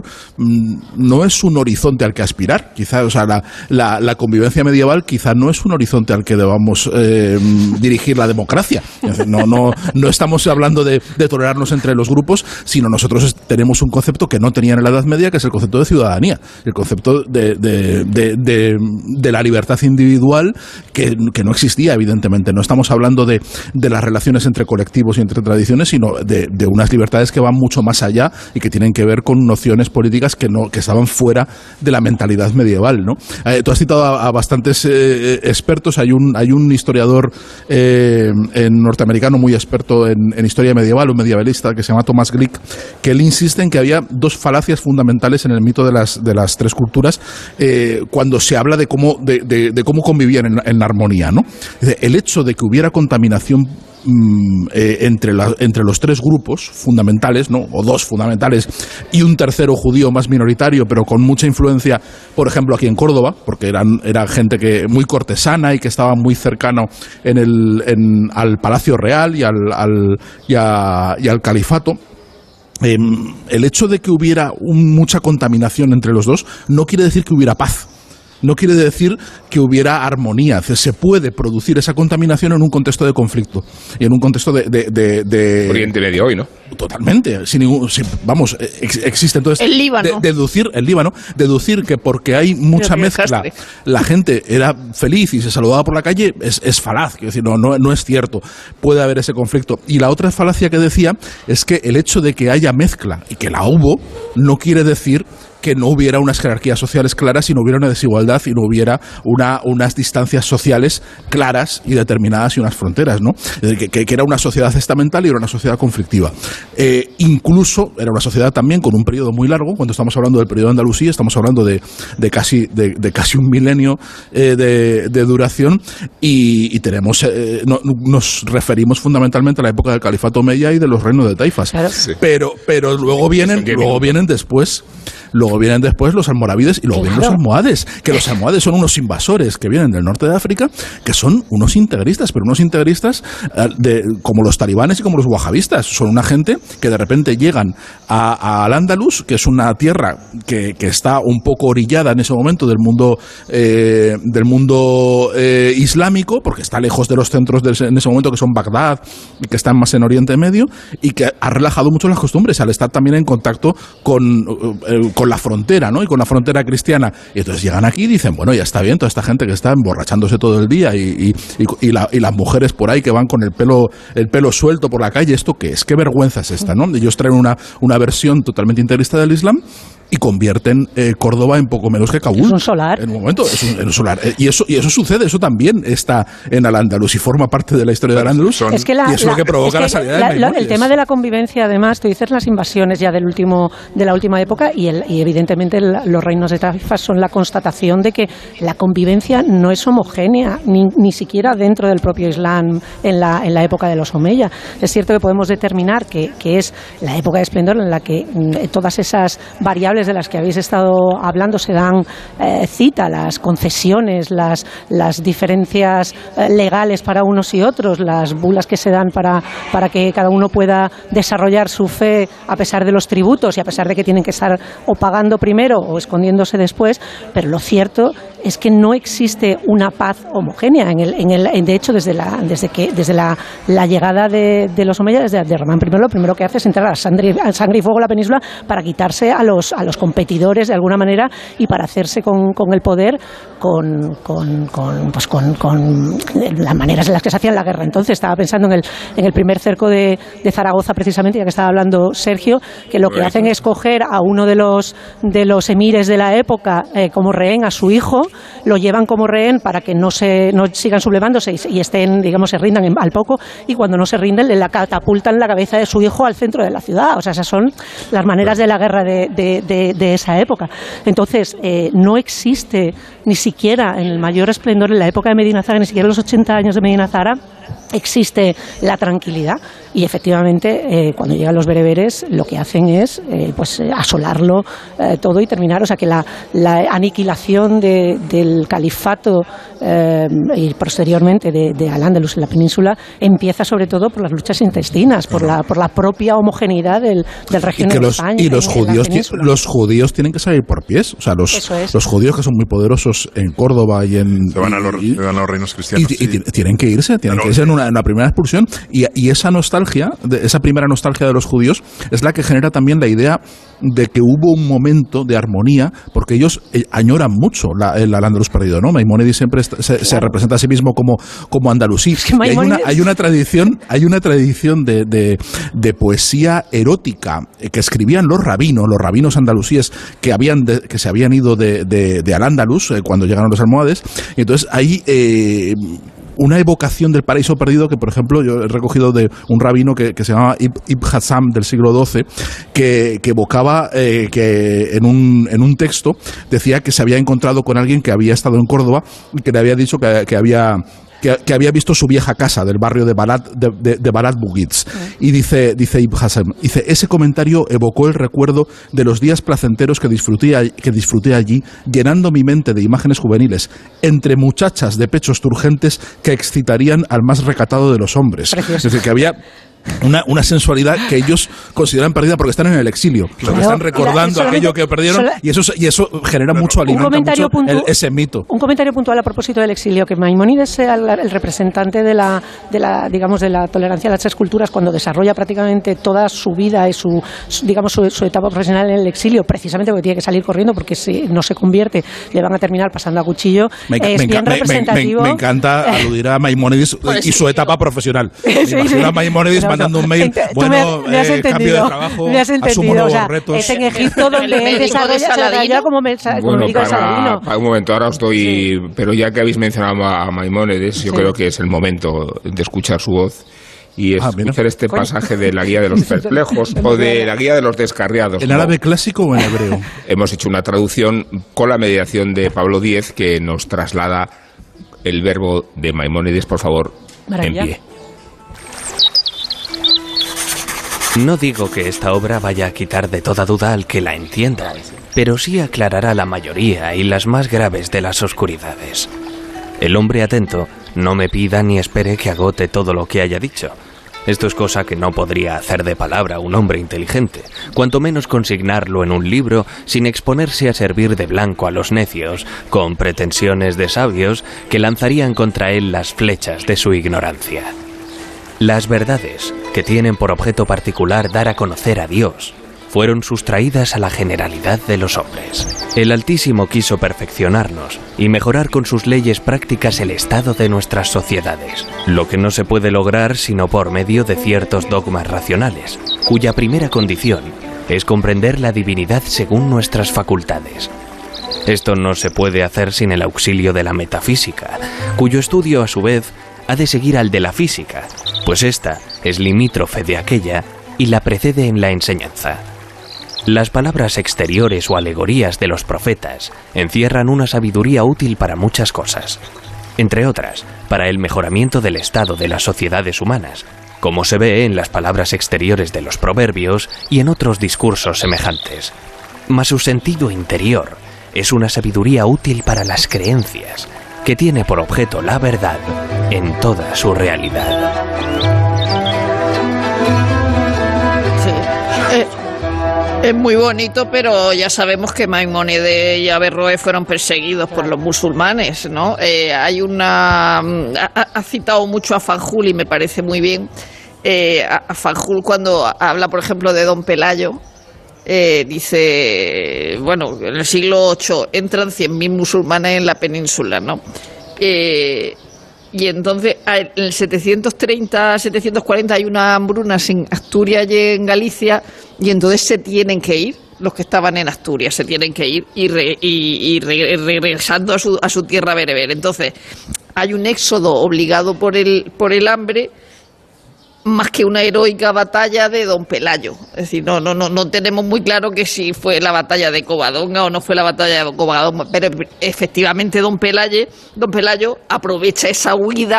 no es un horizonte al que aspirar. Quizá, o sea, la, la, la convivencia medieval quizá no es un horizonte al que debamos eh, dirigir la democracia. No, no, no estamos hablando de, de tolerarnos entre los grupos, sino nosotros tenemos un concepto que no tenían en la Edad Media, que es el concepto de ciudadanía, el concepto de, de, de, de, de la libertad individual que, que no existía, evidentemente. No estamos hablando de de las relaciones entre colectivos y entre tradiciones, sino de, de unas libertades que van mucho más allá y que tienen que ver con nociones políticas que no que estaban fuera de la mentalidad medieval, ¿no? Eh, tú has citado a, a bastantes eh, expertos. Hay un hay un historiador eh, norteamericano muy experto en, en historia medieval, un medievalista que se llama Thomas Glick, que él insiste en que había dos falacias fundamentales en el mito de las de las tres culturas eh, cuando se habla de cómo de, de, de cómo convivían en, en armonía, ¿no? El hecho de que hubiera contaminación Eh, entre, la, entre los tres grupos fundamentales, ¿no? O dos fundamentales y un tercero judío más minoritario, pero con mucha influencia, por ejemplo, aquí en Córdoba, porque eran, era gente que muy cortesana y que estaba muy cercano en el, en, al Palacio Real y al, al, y a, y al Califato. Eh, el hecho de que hubiera un, mucha contaminación entre los dos no quiere decir que hubiera paz. No quiere decir que hubiera armonía. Se puede producir esa contaminación en un contexto de conflicto y en un contexto de... de, de, de... Oriente Medio hoy, ¿no? Totalmente. Sin ningún, sin, vamos, ex, existe entonces... El Líbano. De, deducir, el Líbano. Deducir que porque hay mucha mezcla, la gente era feliz y se saludaba por la calle, es, es falaz. Quiero decir, no, no, no es cierto. Puede haber ese conflicto. Y la otra falacia que decía es que el hecho de que haya mezcla y que la hubo, no quiere decir que no hubiera unas jerarquías sociales claras y no hubiera una desigualdad y no hubiera una, unas distancias sociales claras y determinadas y unas fronteras, ¿no? Que, que, que era una sociedad estamental y era una sociedad conflictiva. Eh, incluso era una sociedad también con un periodo muy largo. Cuando estamos hablando del periodo de Andalusía, estamos hablando de, de, casi, de, de casi un milenio eh, de, de duración y, y tenemos eh, no, nos referimos fundamentalmente a la época del Califato Omeya y de los reinos de Taifas. Claro. Sí. Pero, pero luego vienen, luego vienen después Luego vienen después los almorávides y luego claro. vienen los almohades, que los almohades son unos invasores que vienen del norte de África, que son unos integristas, pero unos integristas eh, de, como los talibanes y como los wahabistas. Son una gente que de repente llegan a, a Al-Ándalus, que es una tierra que, que está un poco orillada en ese momento del mundo eh, del mundo eh, islámico, porque está lejos de los centros de ese, en ese momento, que son Bagdad y que están más en Oriente Medio, y que ha relajado mucho las costumbres al estar también en contacto con, eh, con la frontera, ¿no? Y con la frontera cristiana. Y entonces llegan aquí y dicen, bueno, ya está bien, toda esta gente que está emborrachándose todo el día y, y, y, y, la, y las mujeres por ahí que van con el pelo el pelo suelto por la calle, ¿esto qué es? ¿Qué vergüenza es esta, no? Ellos traen una, una versión totalmente integrista del Islam y convierten eh, Córdoba en poco menos que Kabul. Es un solar. En un momento, es un, es un solar. Eh, y, eso, y eso sucede, eso también está en Al-Ándalus y forma parte de la historia de Al-Ándalus. Es que la, y eso la, es lo que provoca es que la salida la, de la, El tema de la convivencia, además, tú dices las invasiones ya del último, de la última época y, el, y evidentemente el, los reinos de Taifas son la constatación de que la convivencia no es homogénea, ni, ni siquiera dentro del propio Islam en la, en la época de los Omeya. Es cierto que podemos determinar que, que es la época de esplendor en la que mm, todas esas variables de las que habéis estado hablando se dan eh, cita, las concesiones, las, las diferencias eh, legales para unos y otros, las bulas que se dan para, para que cada uno pueda desarrollar su fe a pesar de los tributos y a pesar de que tienen que estar o pagando primero o escondiéndose después, pero lo cierto es que no existe una paz homogénea. En el, en el, de hecho, desde la, desde que, desde la, la llegada de, de los Omeya, desde Abderramán primero, lo primero que hace es entrar a sangre, a sangre y fuego a la península para quitarse a los, a los competidores de alguna manera y para hacerse con, con el poder con, con, con, pues con, con las maneras en las que se hacían la guerra. Entonces estaba pensando en el, en el primer cerco de, de Zaragoza, precisamente, ya que estaba hablando Sergio, que lo que hacen es coger a uno de los, de los emires de la época eh, como rehén, a su hijo, lo llevan como rehén para que no se no sigan sublevándose y, y estén, digamos, se rindan en, al poco, y cuando no se rinden le la catapultan la cabeza de su hijo al centro de la ciudad. O sea, esas son las maneras de la guerra de, de, de, de esa época. Entonces, eh, no existe ni siquiera en el mayor esplendor, en la época de Medina Zara, ni siquiera en los ochenta años de Medina Zara, existe la tranquilidad. Y efectivamente, eh, cuando llegan los bereberes, lo que hacen es eh, pues asolarlo eh, todo y terminar. O sea que la, la aniquilación de, del califato eh, y posteriormente de, de Al-Ándalus en la península empieza sobre todo por las luchas intestinas, por la, por la propia homogeneidad del, del régimen y que de los, España. Y los en, judíos, en los judíos tienen que salir por pies. O sea, los, es. los judíos que son muy poderosos en Córdoba y en... Se van a los, y, se van a los reinos cristianos. Y, y, y tienen que irse, tienen claro, que irse en una, en una primera expulsión. Y, y esa nostalgia, de, esa primera nostalgia de los judíos, es la que genera también la idea de que hubo un momento de armonía, porque ellos eh, añoran mucho la, el Al-Ándalus perdido, ¿no? Maimónides siempre se, se, se representa a sí mismo como, como andalusí. Es que y hay, una, hay una tradición, hay una tradición de, de, de poesía erótica que escribían los rabinos, los rabinos andalusíes que habían de, que se habían ido de, de, de Al-Ándalus eh, cuando llegaron los almohades. Y entonces ahí eh, una evocación del paraíso perdido que, por ejemplo, yo he recogido de un rabino que, que se llamaba Ibn Hassam del siglo doce, que, que evocaba eh, que en un, en un texto decía que se había encontrado con alguien que había estado en Córdoba y que le había dicho que, que había... Que, que había visto su vieja casa del barrio de Balat, de, de, de Balat Bugitz. Y dice, dice Ibn Hassam, dice, ese comentario evocó el recuerdo de los días placenteros que disfruté, que disfruté allí, llenando mi mente de imágenes juveniles, entre muchachas de pechos turgentes que excitarían al más recatado de los hombres. Precioso. Es decir, que había... Una, una sensualidad que ellos consideran perdida porque están en el exilio, porque claro, están recordando la, aquello que perdieron sola, y eso y eso genera claro, mucho, alimenta mucho puntu, el, ese mito. Un comentario puntual a propósito del exilio, que Maimónides sea el, el representante de la, de la, digamos, de la tolerancia a las tres culturas cuando desarrolla prácticamente toda su vida y su, su digamos, su, su etapa profesional en el exilio, precisamente porque tiene que salir corriendo porque si no se convierte le van a terminar pasando a cuchillo. Me, es me, bien me, representativo. Me, me, me encanta aludir a Maimónides pues, y su etapa profesional. Sí, sí, sí. A Maimónides no, mandando un mail, bueno, me, me has eh, cambio de trabajo, me has asumo nuevos o sea, retos. Es en Egipto donde él desarrolla, se desarrolla como, me, como bueno, médico de Saladino. Para un momento, ahora os doy, sí. Pero ya que habéis mencionado a Maimónides, yo sí. creo que es el momento de escuchar su voz y escuchar ah, este Coño. pasaje de la Guía de los Perplejos o de la Guía de los Descarriados. ¿En árabe clásico o en hebreo? Hemos hecho una traducción con la mediación de Pablo Díez que nos traslada el verbo de Maimónides, por favor, Maravilla. en pie. No digo que esta obra vaya a quitar de toda duda al que la entienda, pero sí aclarará la mayoría y las más graves de las oscuridades. El hombre atento no me pida ni espere que agote todo lo que haya dicho. Esto es cosa que no podría hacer de palabra un hombre inteligente, cuanto menos consignarlo en un libro sin exponerse a servir de blanco a los necios, con pretensiones de sabios que lanzarían contra él las flechas de su ignorancia. Las verdades, que tienen por objeto particular dar a conocer a Dios, fueron sustraídas a la generalidad de los hombres. El Altísimo quiso perfeccionarnos y mejorar con sus leyes prácticas el estado de nuestras sociedades, lo que no se puede lograr sino por medio de ciertos dogmas racionales, cuya primera condición es comprender la divinidad según nuestras facultades. Esto no se puede hacer sin el auxilio de la metafísica, cuyo estudio a su vez ha de seguir al de la física, pues esta es limítrofe de aquella y la precede en la enseñanza. Las palabras exteriores o alegorías de los profetas encierran una sabiduría útil para muchas cosas, entre otras, para el mejoramiento del estado de las sociedades humanas, como se ve en las palabras exteriores de los proverbios y en otros discursos semejantes. Mas su sentido interior es una sabiduría útil para las creencias, que tiene por objeto la verdad en toda su realidad. Sí. Eh, es muy bonito, pero ya sabemos que Maimónides y Averroes fueron perseguidos por los musulmanes, ¿no? Eh, hay una... Ha, ha citado mucho a Fanjul y me parece muy bien. Eh, a, a Fanjul cuando habla, por ejemplo, de Don Pelayo, Eh, dice, bueno, en el siglo ocho entran cien mil musulmanes en la península, ¿no? Eh, y entonces en el setecientos treinta, setecientos cuarenta hay unas hambrunas en Asturias y en Galicia, y entonces se tienen que ir, los que estaban en Asturias se tienen que ir y, re, y, y re, regresando a su, a su tierra bereber. Entonces hay un éxodo obligado por el, por el hambre, más que una heroica batalla de Don Pelayo. Es decir, no, no, no, no tenemos muy claro que si fue la batalla de Covadonga o no fue la batalla de Covadonga, pero efectivamente Don Pelayo, Don Pelayo aprovecha esa huida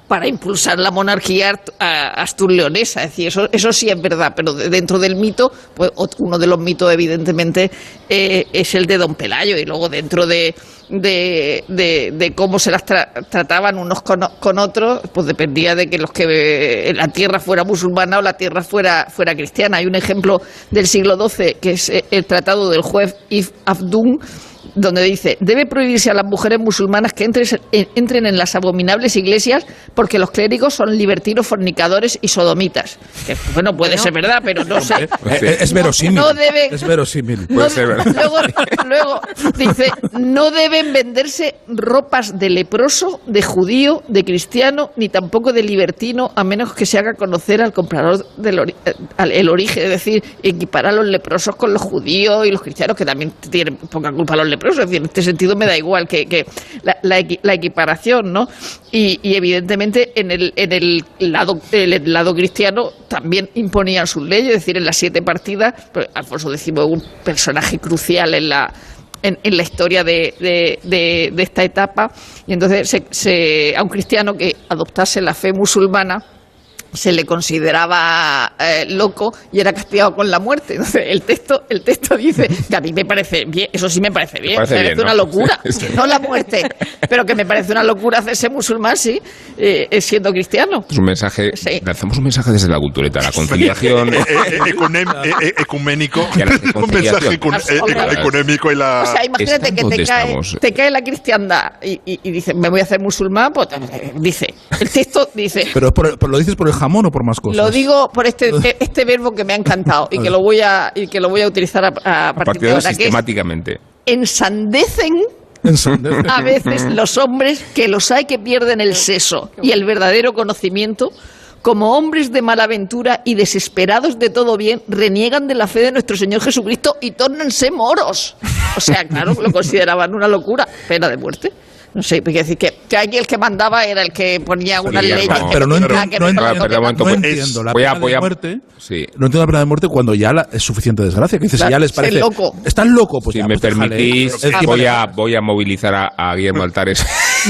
para impulsar la monarquía astur-leonesa. Es decir, eso, eso sí es verdad, pero dentro del mito, pues uno de los mitos, evidentemente, eh, es el de Don Pelayo, y luego dentro de, de, de, de cómo se las tra trataban unos con, con otros, pues dependía de que los que la tierra fuera musulmana o la tierra fuera, fuera cristiana. Hay un ejemplo del siglo doce, que es el tratado del juez Ibn Abdún, donde dice: debe prohibirse a las mujeres musulmanas que entren, entren en las abominables iglesias porque los clérigos son libertinos, fornicadores y sodomitas. Que, bueno, puede bueno. ser verdad, pero no sé. Es, es verosímil. No, no deben, es verosímil. No, puede ser verdad. Luego, luego dice: no deben venderse ropas de leproso, de judío, de cristiano, ni tampoco de libertino, a menos que se haga conocer al comprador del ori al, el origen. Es decir, equiparar a los leprosos con los judíos y los cristianos, que también tienen poca culpa los leprosos. Es decir, en este sentido me da igual que, que la, la, la equiparación, ¿no? Y, y evidentemente en el, en el lado el, el lado cristiano también imponían sus leyes. Es decir, en las siete partidas, pues Alfonso décimo es un personaje crucial en la en, en la historia de, de, de, de esta etapa, y entonces se, se, a un cristiano que adoptase la fe musulmana se le consideraba eh, loco y era castigado con la muerte. Entonces el texto el texto dice que a mí me parece bien, eso sí me parece bien, me parece, me parece bien, una ¿no? locura, sí. no la muerte, pero que me parece una locura hacerse musulmán, sí, eh, siendo cristiano. Es un mensaje, sí. lanzamos un mensaje desde la cultureta, la conciliación ecuménico, un mensaje ecuménico y la... O sea, imagínate que te cae, te cae la cristiandad y, y, y dices, me voy a hacer musulmán, pues dice, el texto dice... Pero por, por, lo dices por el jamón o por más cosas. Lo digo por este este verbo que me ha encantado y que lo voy a y que lo voy a utilizar a, a, a partir, partir de ahora, sistemáticamente. Ensandecen a veces los hombres, que los hay que pierden el seso y el verdadero conocimiento, como hombres de mala aventura y desesperados de todo bien, reniegan de la fe de nuestro Señor Jesucristo y tórnense moros. O sea, claro, lo consideraban una locura, pena de muerte. No sé, quiere decir que, que aquí el que mandaba era el que ponía una sí, ley. No, pero no, entiendo, no, entiendo, no, no entiendo la pena de muerte. Sí. No entiendo la pena de muerte cuando ya la, es suficiente desgracia. Que dices, claro, si ya les parece. Loco. Están locos, pues si ya, me pues permitís, déjale, voy a, voy a movilizar a, a Guillermo Altares.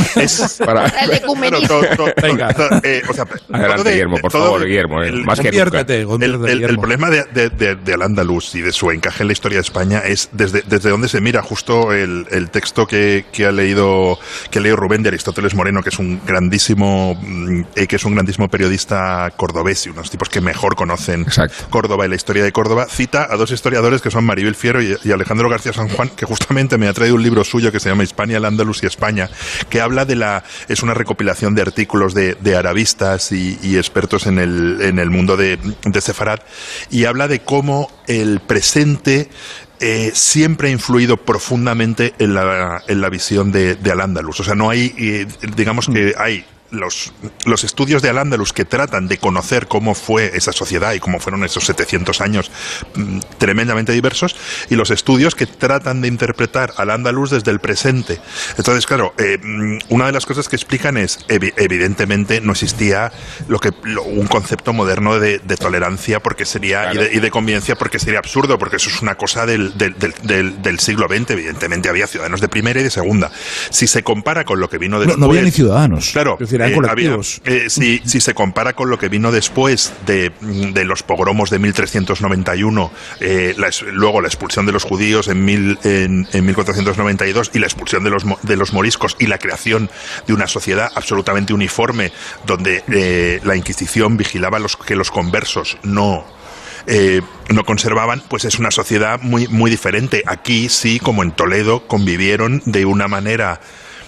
Es para el ecumenismo. Venga. Eh, o sea, adelante, de, Guillermo, por favor, de, Guillermo. Eh, el, más que nunca. El, el, el problema de, de, de, de Al-Ándalus y de su encaje en la historia de España es desde, desde donde se mira justo el, el texto que, que ha leído que ha leído Rubén de Aristóteles Moreno, que es un grandísimo eh, que es un grandísimo periodista cordobés y unos tipos que mejor conocen Exacto. Córdoba y la historia de Córdoba. Cita a dos historiadores que son Maribel Fierro y, y Alejandro García San Juan, que justamente me ha traído un libro suyo que se llama Hispania, Al-Ándalus y España, que habla de la es una recopilación de artículos de, de arabistas y, y expertos en el en el mundo de, de Sefarad, y habla de cómo el presente Eh, siempre ha influido profundamente en la, en la visión de, de Al-Ándalus. O sea, no hay, eh, digamos que hay los, los estudios de Al-Ándalus que tratan de conocer cómo fue esa sociedad y cómo fueron esos setecientos años mmm, tremendamente diversos, y los estudios que tratan de interpretar Al-Ándalus desde el presente. Entonces, claro, eh, una de las cosas que explican es, ev evidentemente no existía lo que lo, un concepto moderno de, de tolerancia porque sería claro. y, de, y de convivencia porque sería absurdo, porque eso es una cosa del, del, del, del, del siglo veinte. Evidentemente había ciudadanos de primera y de segunda. Si se compara con lo que vino después... No, no había ni ciudadanos. Claro. Eh, había, eh, si, si se compara con lo que vino después de, de los pogromos de mil trescientos noventa y uno, eh, la, luego la expulsión de los judíos en, mil, en, en mil cuatrocientos noventa y dos y la expulsión de los, de los moriscos y la creación de una sociedad absolutamente uniforme donde eh, la Inquisición vigilaba los, que los conversos no... Eh, no conservaban, pues es una sociedad muy, muy diferente. Aquí sí, como en Toledo, convivieron de una manera...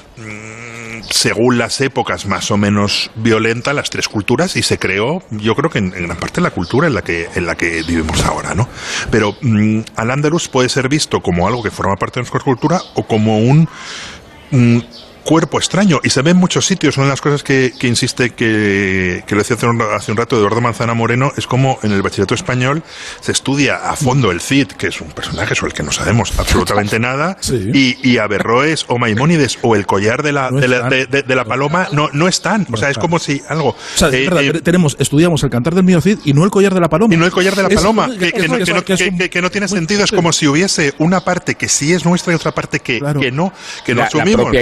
según las épocas más o menos violenta las tres culturas, y se creó, yo creo que en, en gran parte la cultura en la que en la que vivimos ahora, ¿no? Pero mmm, Al-Ándalus puede ser visto como algo que forma parte de nuestra cultura o como un mmm, cuerpo extraño, y se ve en muchos sitios. Una de las cosas que, que insiste, que, que lo decía hace un, hace un rato Eduardo Manzana Moreno, es como en el bachillerato español se estudia a fondo el Cid, que es un personaje sobre el que no sabemos absolutamente nada, sí. y, y Averroes o Maimónides o el collar de la, no de, la de, de, de la paloma no, no están. O sea, no es como si algo... O sea, es eh, verdad, eh, tenemos, estudiamos el cantar del mío Cid y no el collar de la paloma. Y no el collar de la paloma, es, que, que, que, que, no, que, que, que no tiene sentido. Es como si hubiese una parte que sí es nuestra y otra parte que, claro. que no, que no la, asumimos. La propia idea de la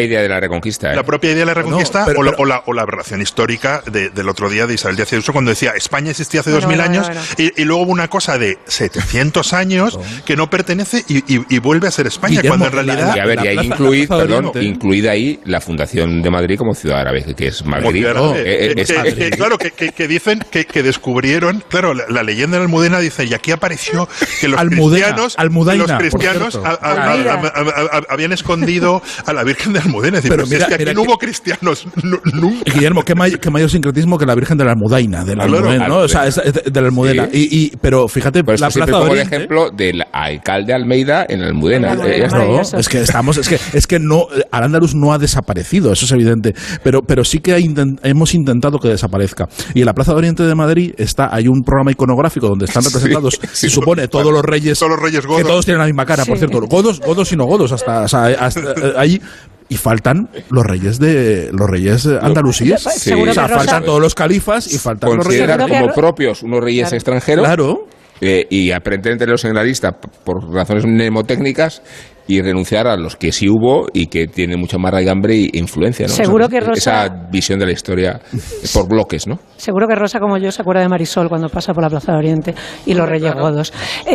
Reconquista. ¿eh? La propia idea de la Reconquista, no, pero, o, la, pero, o, la, o la aberración histórica de, del otro día de Isabel Díaz Ayuso, cuando decía España existía hace bueno, dos mil bueno, años, bueno, bueno. Y, y luego hubo una cosa de setecientos años que no pertenece y, y, y vuelve a ser España, Guillermo, cuando en realidad... Y a ver, y ahí plaza, incluid, perdón, Oriente. incluida ahí la Fundación de Madrid como ciudad árabe, que es Madrid. Claro, ¿no? eh, Eh, eh, es que- Madrid. que- claro, que, que- que dicen que, que descubrieron, claro, la, la leyenda de la Almudena dice, y aquí apareció que los Almudena, cristianos, que Almudaina, los por cristianos cierto. a- a- a- Almeida. a- a- a- habían escondido a la Virgen de Almudena. Es decir, Pero pues, mira, es que aquí mira no que- hubo cristianos nu- nunca. Guillermo, qué, may- qué mayor sincretismo que la Virgen de la Almudaina, de la Claro, Almudena, ¿no? O sea, es, es de de la Almudena. Sí. Y, y, pero fíjate, Por eso la siempre Plaza de pongo el Oriente... ejemplo del alcalde Almeida en Almudena. En Almudena, Eh, ya está. No, maravilloso. es que estamos, es que, es que no, Al-Ándalus no ha desaparecido, eso es evidente, pero, pero sí que ha intent- hemos intentado que desaparezca. Y en la Plaza de Oriente de Madrid está, hay un programa iconográfico donde están representados, Sí, se sí, supone, todos los reyes, Todos los reyes que godos. todos tienen la misma cara, por Sí. cierto, godos, godos y no godos, hasta, o sea, hasta, eh, ahí. Y faltan los reyes de los reyes eh, andalusíes. Sí. Seguro O sea, que Rosa- faltan todos los califas y faltan los reyes. Consideran Seguro que- como propios unos reyes Claro. extranjeros. Claro. Eh, y aparentemente los seminaristas p- por razones mnemotécnicas y renunciar a los que sí hubo y que tienen mucha más raigambre e influencia, ¿no? Seguro O sea, que Rosa- esa visión de la historia por bloques, ¿no? Seguro que Rosa, como yo, se acuerda de Marisol cuando pasa por la Plaza de Oriente y los Reyes Godos.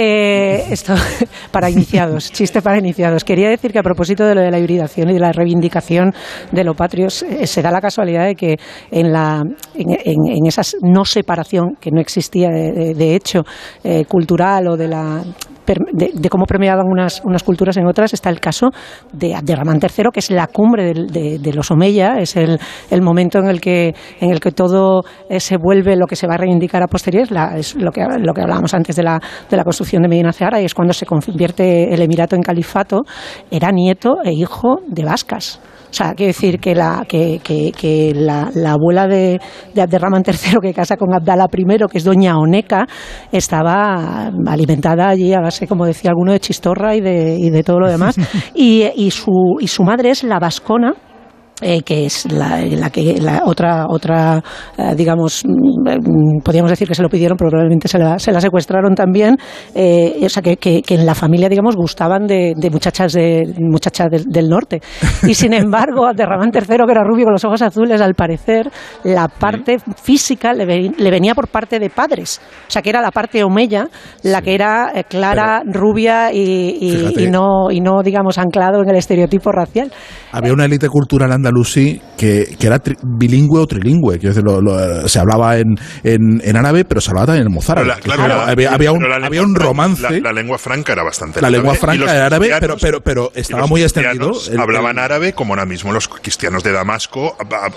Eh, esto, para iniciados, chiste para iniciados. Quería decir que a propósito de lo de la hibridación y de la reivindicación de lo patrio, eh, se da la casualidad de que en, la, en, en, en esa no separación, que no existía de, de, de hecho, eh, cultural o de la... De, de cómo permeaban unas, unas culturas en otras, está el caso de Abderramán tercero, que es la cumbre del, de, de los Omeya, es el, el momento en el que en el que todo eh, se vuelve lo que se va a reivindicar a posteriori, es, la, es lo que lo que hablábamos antes de la, de la construcción de Medina Zahara, y es cuando se convierte el emirato en califato. Era nieto e hijo de vascas. O sea, quiero decir que la, que, que, que la, la abuela de, de Abderramán tercero, que casa con Abdala primero, que es doña Oneca, estaba alimentada allí a base, como decía alguno, de chistorra y de, y de todo lo demás. Y, y, su, y su madre es la vascona. Eh, que es la, la que la otra otra eh, digamos mm, podríamos decir que se lo pidieron, pero probablemente se la, se la secuestraron también, eh, o sea que, que, que en la familia, digamos, gustaban de, de muchachas de muchachas del, del norte, y sin embargo Abderramán tercero, que era rubio con los ojos azules, al parecer la parte física le, ve, le venía por parte de padres, o sea que era la parte omeya la sí. que era eh, clara, pero, rubia y, y, fíjate, y no y no digamos anclado en el estereotipo racial. Había una élite cultural andalusí que, que era tri, bilingüe o trilingüe, quiero decir, lo, lo, se hablaba en, en, en árabe, pero se hablaba también en mozárabe. La, claro, claro, la, había, había, un, la había un romance. La, la lengua franca era bastante La árabe, lengua franca era árabe, pero, pero, pero estaba muy extendido. El, hablaban el, árabe, como ahora mismo los cristianos de Damasco hablan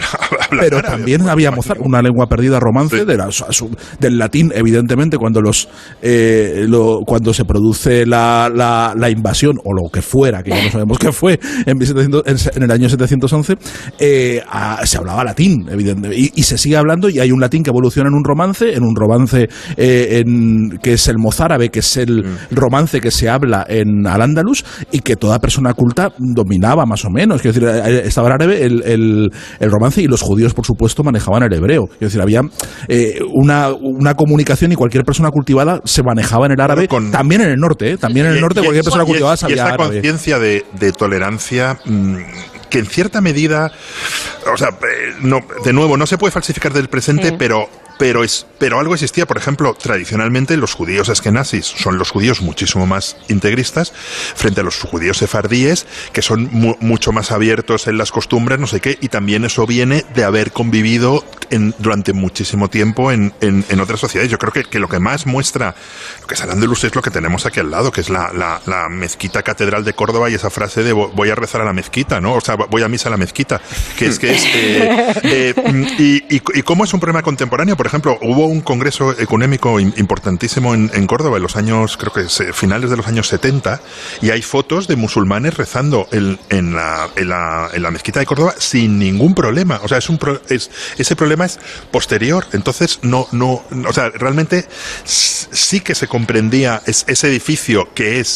Pero árabe, también había mozárabe, una lengua perdida romance, sí. de la, su, del latín, evidentemente, cuando los eh, lo, cuando se produce la, la, la invasión, o lo que fuera, que ya no sabemos qué fue, en, en el año setecientos once, eh, a, se hablaba latín, evidentemente, y, y se sigue hablando, y hay un latín que evoluciona en un romance, en un romance eh, en, que es el mozárabe, que es el mm. romance que se habla en Al-Ándalus, y que toda persona culta dominaba más o menos. Quiero decir, estaba el árabe, el, el, el romance, y los judíos, por supuesto, manejaban el hebreo. Quiero decir, había eh, una, una comunicación, y cualquier persona cultivada se manejaba en el árabe, con, también en el norte, ¿eh? también en el norte, y, cualquier y, persona cultivada sabía árabe. Y esa conciencia de, de tolerancia... Mmm, que en cierta medida, o sea, no, de nuevo, no se puede falsificar del presente, sí. pero pero es pero algo existía. Por ejemplo, tradicionalmente los judíos eskenazis son los judíos muchísimo más integristas frente a los judíos sefardíes, que son mu mucho más abiertos en las costumbres, no sé qué, y también eso viene de haber convivido en, durante muchísimo tiempo en, en, en otras sociedades. Yo creo que, que lo que más muestra lo que es Al-Ándalus es lo que tenemos aquí al lado, que es la, la, la mezquita catedral de Córdoba, y esa frase de voy a rezar a la mezquita, ¿no? O sea, voy a misa a la mezquita, que es que es eh, eh, y, y, y cómo es un problema contemporáneo. Por ejemplo, hubo un congreso económico importantísimo en, en Córdoba en los años, creo que es, finales de los años setenta, y hay fotos de musulmanes rezando en, en, la, en, la, en la mezquita de Córdoba sin ningún problema. O sea, es un pro, es, ese problema es posterior. Entonces, no, no, o sea, realmente sí que se comprendía es, ese edificio que es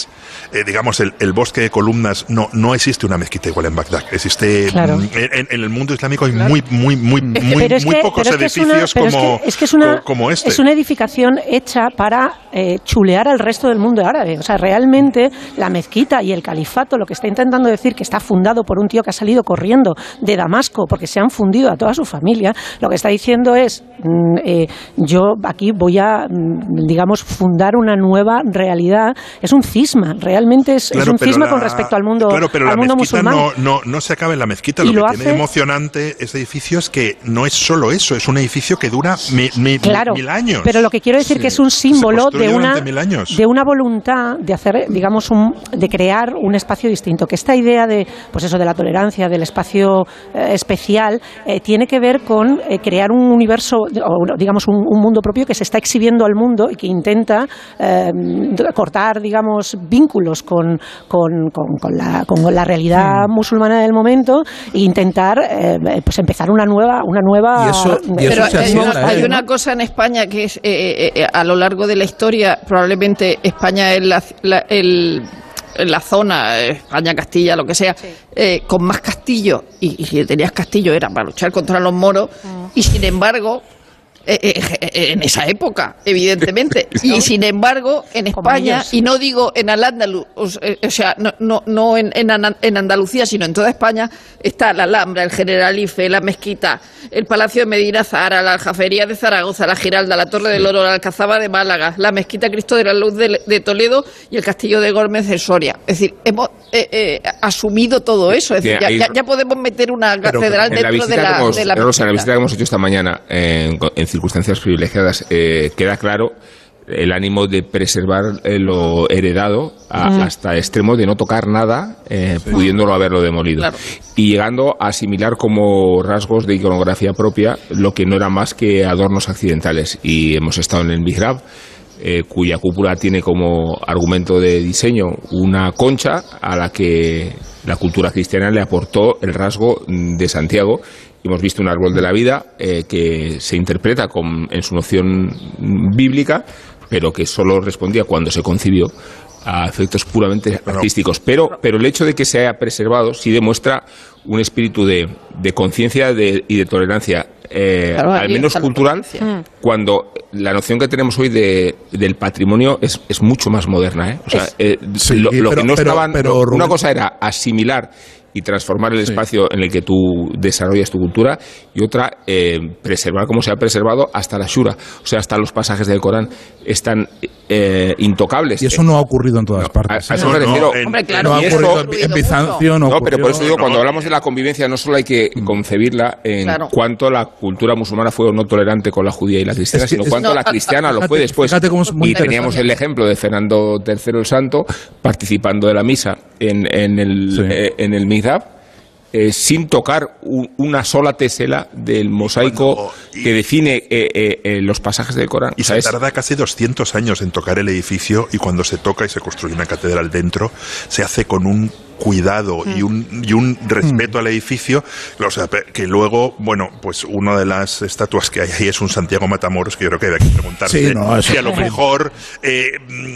eh, digamos, el, el bosque de columnas, no, no existe una mezquita igual en Bagdad. Existe, claro. mm, en, en el mundo islámico hay muy, muy, muy, muy, muy que, pocos edificios es una, como, es que, es que es una, como este. Es una edificación hecha para eh, chulear al resto del mundo árabe. O sea, realmente la mezquita y el califato lo que está intentando decir, que está fundado por un tío que ha salido corriendo de Damasco porque se han fundido a toda su familia, lo que está diciendo es, mm, eh, yo aquí voy a, mm, digamos, fundar una nueva realidad. Es un cisma, realmente es, claro, es un cisma la, con respecto al mundo, claro, pero al la mundo mezquita musulmán. No, no, no se acaba en la mezquita. Y Lo lo que hace... tiene emocionante ese edificio es que no es solo eso, es un edificio que dura mi, mi, claro, mil años. Pero lo que quiero decir sí. que es un símbolo de una, mil años. de una voluntad de hacer, digamos, un, de crear un espacio distinto. Que esta idea de, pues eso, de la tolerancia, del espacio eh, especial, eh, tiene que ver con eh, crear un universo, o, digamos, un, un mundo propio que se está exhibiendo al mundo y que intenta eh, cortar, digamos, vínculos con, con, con, con, la, con la realidad hmm. musulmana del momento e intentar eh, pues empezar una nueva, una nueva. Y eso, y eso Pero se hay, una, asienta, hay ¿eh? una cosa en España que es, eh, eh, a lo largo de la historia, probablemente España es la, la, el, la zona, España, Castilla, lo que sea, sí. eh, con más castillos, y, y si tenías castillo era para luchar contra los moros, mm. y sin embargo... Eh, eh, en esa época, evidentemente, y sin embargo en España, y no digo en Al-Ándalus, o sea, no, no, no en, en Andalucía, sino en toda España, está la Alhambra, el Generalife, la Mezquita, el Palacio de Medina Zahara, la Aljafería de Zaragoza, la Giralda, la Torre del Oro, la Alcazaba de Málaga, la Mezquita Cristo de la Luz de, de Toledo y el Castillo de Gómez de Soria. Es decir, hemos eh, eh, asumido todo eso, es decir, ya, ya, ya podemos meter una catedral dentro de la, hemos, de la Rosa, en la visita que hemos hecho esta mañana en, en circunstancias privilegiadas, eh, queda claro el ánimo de preservar eh, lo heredado a, mm. hasta extremo de no tocar nada, eh, sí. pudiéndolo haberlo demolido. Claro. Y llegando a asimilar como rasgos de iconografía propia lo que no era más que adornos accidentales. Y hemos estado en el Mihrab, eh, cuya cúpula tiene como argumento de diseño una concha a la que la cultura cristiana le aportó el rasgo de Santiago. Hemos visto un árbol de la vida eh, que se interpreta con, en su noción bíblica, pero que solo respondía cuando se concibió a efectos puramente artísticos. Pero, pero el hecho de que se haya preservado sí demuestra un espíritu de, de conciencia de, y de tolerancia, eh, claro, al menos cultural, cuando la noción que tenemos hoy de, del patrimonio es, es mucho más moderna. ¿eh? O sea, eh, sí, lo, lo pero, que no pero, estaban, pero, una Rubén. cosa era asimilar y transformar el espacio sí. en el que tú desarrollas tu cultura, y otra, eh, preservar como se ha preservado hasta la Shura, o sea, hasta los pasajes del Corán están eh, intocables. Y eso no ha ocurrido en todas no, partes. A, a eso no, me refiero. No, en, Hombre, claro, no ha ocurrido en, en Bizancio, no, no ocurrió, pero por eso digo, no, cuando hablamos de la convivencia, no solo hay que concebirla en claro. cuanto la cultura musulmana fue o no tolerante con la judía y la cristiana, es que, sino es, cuanto no, la cristiana fíjate, lo fue después. Y teníamos el ejemplo de Fernando tercero el Santo participando de la misa en, en el, sí. eh, en el Mihrab, Eh, sin tocar un, una sola tesela del mosaico cuando, y, que define eh, eh, eh, los pasajes del Corán. Y se tarda casi doscientos años en tocar el edificio, y cuando se toca y se construye una catedral dentro, se hace con un cuidado mm. y un y un respeto mm. al edificio, o sea, que luego, bueno, pues una de las estatuas que hay ahí es un Santiago Matamoros, que yo creo que hay que preguntarse sí, no, si a lo mejor eh,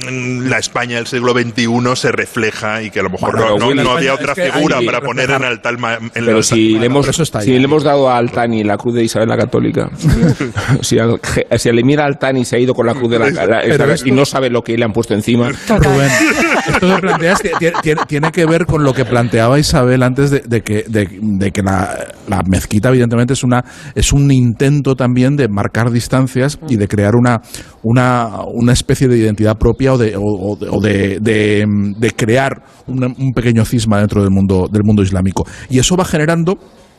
la España del siglo veintiuno se refleja, y que a lo mejor bueno, no, no, no había otra es figura para poner en altar. En pero si, le hemos, si le hemos dado a Altani la cruz de Isabel la Católica, si, al, si al emir Altani se ha ido con la cruz de la, la esta, esto, y no sabe lo que le han puesto encima. Rubén, esto que planteas tiene, tiene que ver con lo que planteaba Isabel antes de, de que, de, de que la, la mezquita evidentemente es una es un intento también de marcar distancias y de crear una una, una especie de identidad propia, o de, o, o de, de, de crear una, un pequeño cisma dentro del mundo del mundo islámico. Y eso va generando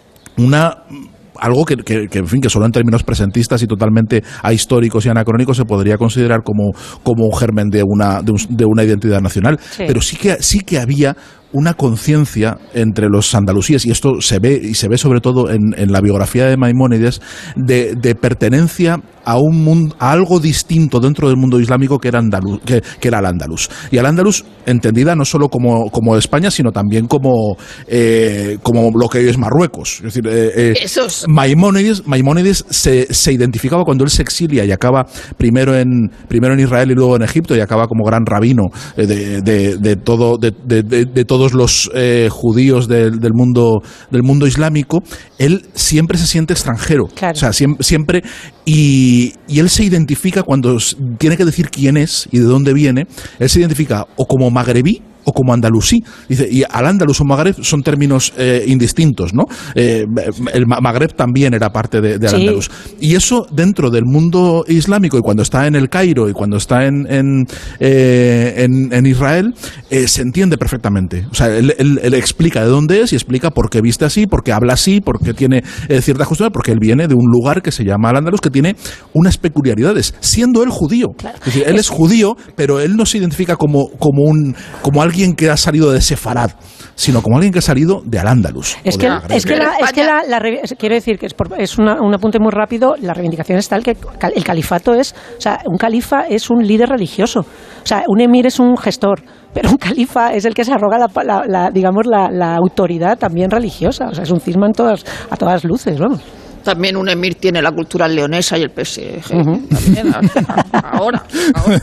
una algo que, que, que, en fin, que solo en términos presentistas y totalmente ahistóricos y anacrónicos se podría considerar como, como un germen de una, de, un, de una identidad nacional. Sí. Pero sí que, sí que había una conciencia entre los andalusíes, y esto se ve y se ve sobre todo en, en la biografía de Maimónides, de, de pertenencia a un mundo, a algo distinto dentro del mundo islámico que era andaluz, que, que era el andaluz. Y al andaluz entendida no solo como, como España, sino también como, eh, como lo que hoy es Marruecos. Es decir, eh, eh, Esos. Maimónides, Maimónides se, se identificaba cuando él se exilia y acaba primero en, primero en Israel y luego en Egipto, y acaba como gran rabino eh, de, de, de, todo, de, de, de, de todos los eh, judíos del, del, mundo, del mundo islámico. Él siempre se siente extranjero. Claro. O sea, siempre, siempre y, y él se identifica cuando tiene que decir quién es y de dónde viene. Él se identifica o como magrebí o como andalusí. Dice, y al andaluz o magreb son términos eh, indistintos, ¿no? Eh, el Magreb también era parte de, de al sí. andaluz. Y eso dentro del mundo islámico, y cuando está en el Cairo y cuando está en, en, eh, en, en Israel, eh, se entiende perfectamente. O sea, él, él, él explica de dónde es y explica por qué viste así, por qué habla así, por qué tiene eh, cierta costumbre, porque él viene de un lugar que se llama al andaluz, que tiene unas peculiaridades, siendo él judío. Claro. Es decir, él es judío, pero él no se identifica como, como, un, como alguien alguien que ha salido de Sefarad, sino como alguien que ha salido de Al-Ándalus. Es que, es que, la, es que la, la, quiero decir que es, por, es una, un apunte muy rápido. La reivindicación es tal que el califato es, o sea, un califa es un líder religioso, o sea, un emir es un gestor, pero un califa es el que se arroga la, la, la digamos la, la autoridad también religiosa. O sea, es un cisma en todas, a todas luces, vamos. También un emir tiene la cultura leonesa y el P S G. Uh-huh. También, ahora, ahora.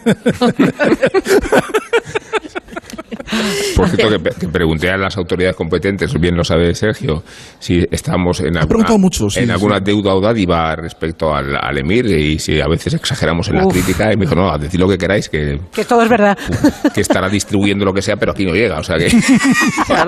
Por cierto, que, que pregunté a las autoridades competentes, bien lo sabe Sergio, si estamos en alguna, mucho, sí, en alguna sí. deuda o dádiva respecto al, al emir, y si a veces exageramos en Uf. la crítica, y me dijo, no, a decir lo que queráis, que, que todo es verdad. Que estará distribuyendo lo que sea, pero aquí no llega, o sea que... Claro.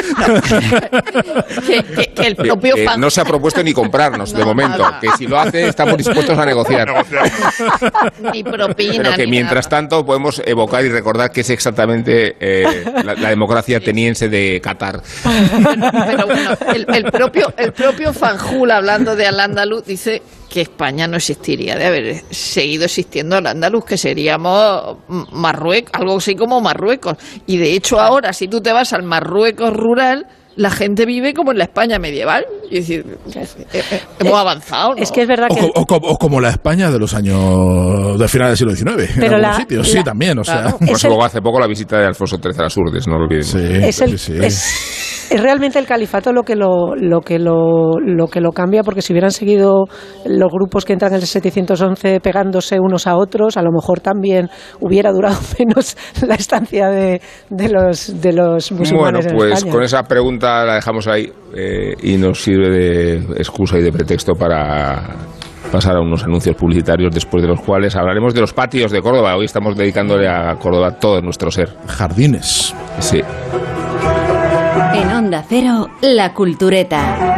que, que, que el propio que, fan... no se ha propuesto ni comprarnos, no, de momento, nada. Que si lo hace, estamos dispuestos a negociar. Ni propina, pero que ni mientras nada. tanto podemos evocar y recordar que es exactamente... Eh, La, la democracia ateniense de Qatar. Pero, pero bueno, el, el propio el propio Fanjul, hablando de Al-Ándalus, dice que España no existiría de haber seguido existiendo Al-Ándalus, que seríamos Marruecos, algo así como Marruecos. Y de hecho ahora, si tú te vas al Marruecos rural, la gente vive como en la España medieval. Es decir, hemos avanzado, ¿no? Es que es verdad que... O, o, o, o como la España de los años del final del siglo diecinueve, pero en algunos la, sitios, la, sí, también, o claro, sea... Pues luego el... hace poco la visita de Alfonso trece a las Urdes, no lo olvidemos. Sí, es, el, sí, sí. Es, es realmente el califato lo que lo, lo, que lo, lo que lo cambia, porque si hubieran seguido los grupos que entran en el setecientos once pegándose unos a otros, a lo mejor también hubiera durado menos la estancia de, de, los, de los musulmanes bueno, pues en España. Con esa pregunta la dejamos ahí eh, y nos sirve de excusa y de pretexto para pasar a unos anuncios publicitarios, después de los cuales hablaremos de los patios de Córdoba. Hoy estamos dedicándole a Córdoba todo nuestro ser. Jardines. Sí. En Onda Cero, La Cultureta.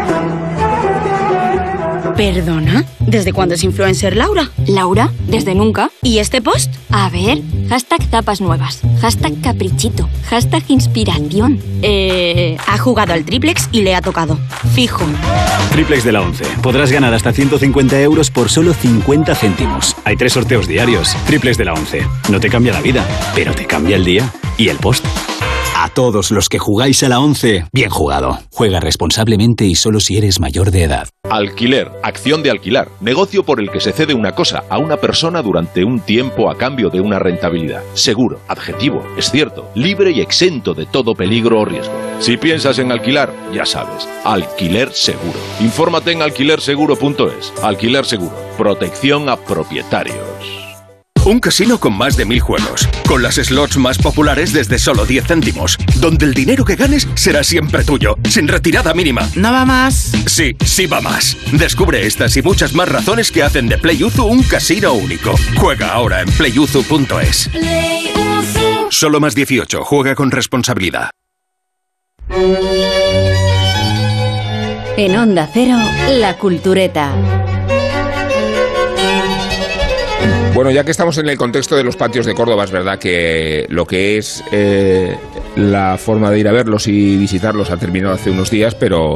¿Perdona? ¿Desde cuándo es influencer Laura? ¿Laura? ¿Desde nunca? ¿Y este post? A ver, hashtag zapas nuevas, hashtag caprichito, hashtag inspiración. Eh... Ha jugado al triplex y le ha tocado. Fijo. Triplex de la once. Podrás ganar hasta ciento cincuenta euros por solo cincuenta céntimos. Hay tres sorteos diarios. Triplex de la once. No te cambia la vida, pero te cambia el día y el post. A todos los que jugáis a la once, bien jugado. Juega responsablemente y solo si eres mayor de edad. Alquiler, acción de alquilar, negocio por el que se cede una cosa a una persona durante un tiempo a cambio de una rentabilidad. Seguro, adjetivo, es cierto, libre y exento de todo peligro o riesgo. Si piensas en alquilar, ya sabes, Alquiler Seguro. Infórmate en alquiler seguro punto es. Alquiler Seguro, protección a propietarios. Un casino con más de mil juegos, con las slots más populares desde solo diez céntimos, donde el dinero que ganes será siempre tuyo, sin retirada mínima. ¿No va más? Sí, sí va más. Descubre estas y muchas más razones que hacen de PlayUzu un casino único. Juega ahora en playuzu punto es. Solo más dieciocho, juega con responsabilidad. En Onda Cero, La Cultureta. Bueno, ya que estamos en el contexto de los patios de Córdoba, es verdad que lo que es eh, la forma de ir a verlos y visitarlos ha terminado hace unos días, pero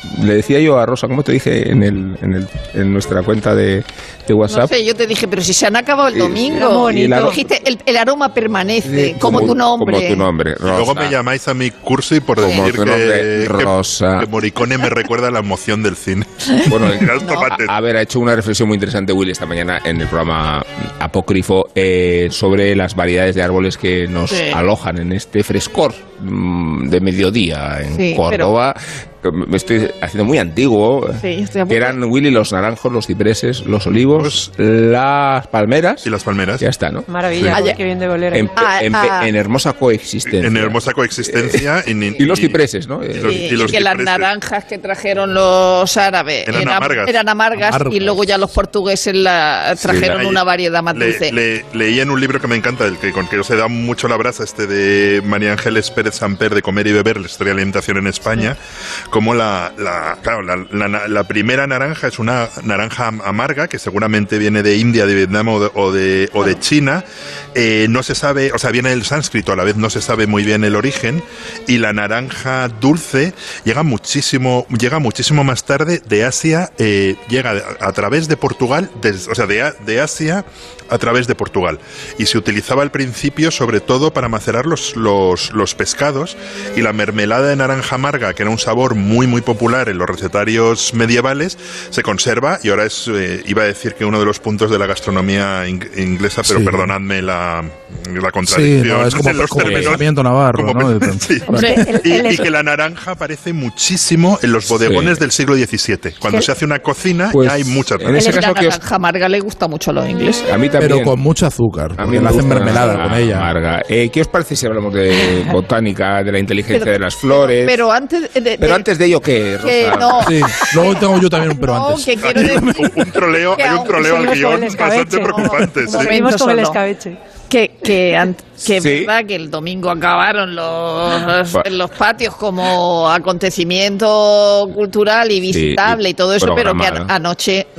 le decía yo a Rosa, ¿cómo te dije en, el, en, el, en nuestra cuenta de, de WhatsApp? No sé, yo te dije, pero si se han acabado el domingo. Y, y la, dijiste, el, el aroma permanece, sí, como, como tu nombre. Como tu nombre, Rosa. Y luego me llamáis a mi cursi por como decir tu nombre, que, Rosa. Que, que Morricone me recuerda a la emoción del cine. Bueno, no. a, a ver, ha hecho una reflexión muy interesante Willy esta mañana en el programa Apócrifo eh, sobre las variedades de árboles que nos sí. alojan en este frescor mmm, de mediodía en sí, Córdoba. Pero... me estoy haciendo muy antiguo. Sí, que eran, Willy, los naranjos, los cipreses, los olivos, pues, las palmeras. Y las palmeras. Ya está, ¿no? Maravilla, sí. Qué bien de bolera. En, ah, en, ah, en hermosa coexistencia. En hermosa coexistencia. y, y, y los cipreses, ¿no? Sí, y, los, y, los y que cipreses. Las naranjas que trajeron los árabes eran, eran amargas. Eran amargas, amargas y luego ya los portugueses la, trajeron sí, la, una variedad más le, dulce. Le, leí en un libro que me encanta, el que, con que se da mucho la brasa, este de María Ángeles Pérez Samper, de Comer y Beber, la historia de la alimentación en España, sí. como la, la, claro, la, la, la primera naranja es una naranja amarga, que seguramente viene de India, de Vietnam o de, o de, o de China. Eh, no se sabe, o sea, viene del sánscrito, a la vez no se sabe muy bien el origen, y la naranja dulce llega muchísimo, llega muchísimo más tarde de Asia, eh, llega a, a través de Portugal, de, o sea, de, de Asia a través de Portugal, y se utilizaba al principio sobre todo para macerar los, los, los pescados, y la mermelada de naranja amarga, que era un sabor muy muy popular en los recetarios medievales, se conserva, y ahora es, eh, iba a decir que uno de los puntos de la gastronomía in- inglesa, pero sí. perdonadme la, la contradicción. Sí, no, es como, los como términos, pensamiento navarro, como, ¿no? Sí. y, y que la naranja aparece muchísimo en los bodegones sí. del siglo diecisiete. Cuando se hace una cocina pues, ya hay muchas en ese caso la naranja os... amarga le gusta mucho a los ingleses. A mí también. Pero con mucho azúcar, a mí me hacen mermelada con ella. Amarga. Eh, ¿Qué os parece si hablamos de botánica, de la inteligencia pero, de las flores? Pero antes de, de, pero antes de ello, ¿qué, Rosa? Que no. Sí, luego tengo yo también un pero no, antes. Que quiero decir, un, un troleo, hay un troleo al guión bastante preocupante. No, sí. Seguimos con el escabeche. Que, que, que sí. es verdad que el domingo acabaron los, los patios como acontecimiento cultural y visitable sí, y todo eso, pero que an- anoche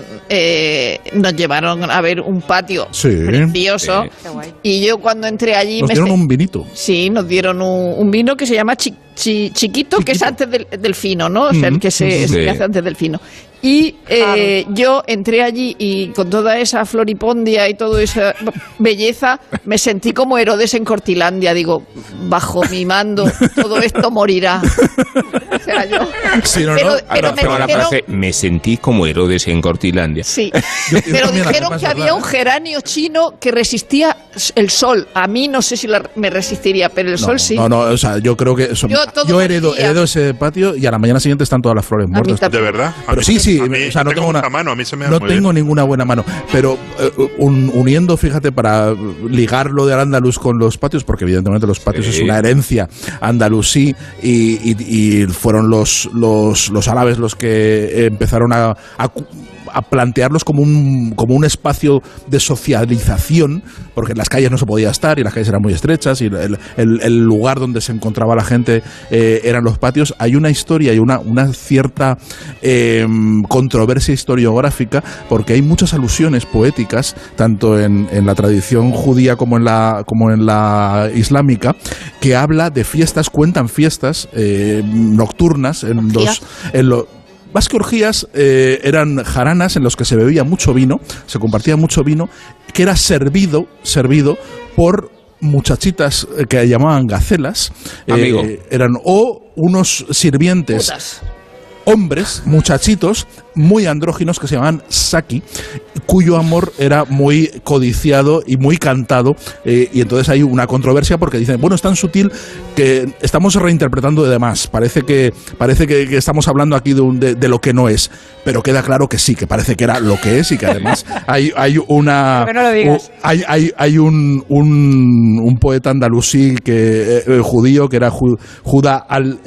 eh, nos llevaron a ver un patio sí. precioso. Sí. Y yo cuando entré allí... Nos me dieron se... un vinito. Sí, nos dieron un, un vino que se llama chi, chi, chiquito, chiquito, que es antes del, del fino, ¿no? O sea, mm, el que se, sí. se hace antes del fino. Y eh, claro. yo entré allí y con toda esa floripondia y toda esa belleza me sentí como Herodes en Cortilandia. Digo, bajo mi mando todo esto morirá. O sea, yo... Sí, no, pero, no. pero me, la dijeron, frase, me sentí como Herodes en Cortilandia. Sí, yo, yo pero dijeron que había un geranio chino que resistía el sol. A mí no sé si la, me resistiría, pero el no, sol sí. No, no, o sea, yo creo que... Son, yo yo heredo, heredo ese patio y a la mañana siguiente están todas las flores muertas. ¿De verdad? Pero sí, sí. A mí, o sea, no tengo, una, mano, a mí se me no tengo ninguna buena mano, pero uh, un, uniendo, fíjate, para ligar lo de Al-Ándalus con los patios, porque evidentemente los patios sí. es una herencia andalusí y, y, y fueron los, los, los árabes los que empezaron a, a a plantearlos como un, como un espacio de socialización, porque en las calles no se podía estar y las calles eran muy estrechas y el, el, el lugar donde se encontraba la gente eh, eran los patios. Hay una historia y una, una cierta eh, controversia historiográfica, porque hay muchas alusiones poéticas, tanto en, en la tradición judía como en la, como en la islámica, que habla de fiestas, cuentan fiestas eh, nocturnas en los... En lo, más que orgías, eh, eran jaranas en los que se bebía mucho vino, se compartía mucho vino, que era servido, servido por muchachitas que llamaban gacelas, Amigo. Eh, eran o unos sirvientes, Putas. hombres, muchachitos, muy andróginos que se llamaban saki, cuyo amor era muy codiciado y muy cantado, eh, y entonces hay una controversia porque dicen, bueno, es tan sutil que estamos reinterpretando de demás, parece que parece que, que estamos hablando aquí de, un, de, de lo que no es, pero queda claro que sí, que parece que era lo que es y que además hay, hay una... Que no lo digas. Hay, hay, hay un, un, un poeta andalusí que, eh, judío que era Judá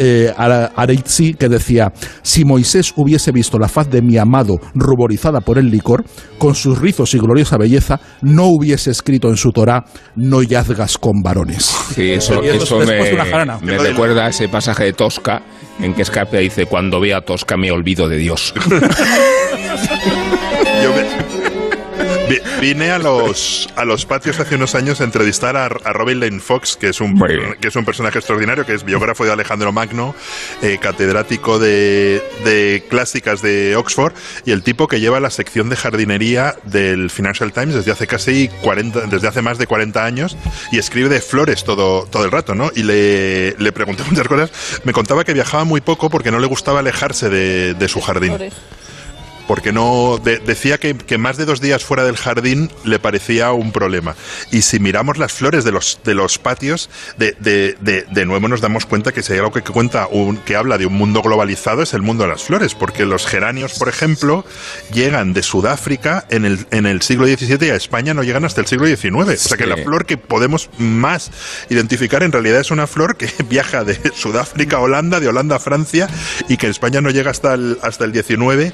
al-Areitzi, eh, que decía, si Moisés hubiese visto la faz de mi amado ruborizada por el licor, con sus rizos y gloriosa belleza, no hubiese escrito en su Torá, no yazgas con varones. Sí, eso, eso me, me recuerda a ese pasaje de Tosca, en que Scarpia dice, cuando vea a Tosca me olvido de Dios. Yo me... Vine a los, a los patios hace unos años a entrevistar a, a Robin Lane Fox, que es, un, que es un personaje extraordinario, que es biógrafo de Alejandro Magno, eh, catedrático de, de clásicas de Oxford, y el tipo que lleva la sección de jardinería del Financial Times desde hace casi cuarenta, desde hace más de cuarenta años, y escribe de flores todo, todo el rato, ¿no? Y le, le pregunté muchas cosas. Me contaba que viajaba muy poco porque no le gustaba alejarse de, de su jardín. Flores. Porque no de, decía que, que más de dos días fuera del jardín le parecía un problema. Y si miramos las flores de los de los patios, de, de, de, de nuevo nos damos cuenta que si hay algo que cuenta un, que habla de un mundo globalizado es el mundo de las flores, porque los geranios, por ejemplo, llegan de Sudáfrica en el, en el siglo diecisiete y a España no llegan hasta el siglo diecinueve. O sea que la flor que podemos más identificar en realidad es una flor que viaja de Sudáfrica a Holanda, de Holanda a Francia, y que en España no llega hasta el, hasta el diecinueve.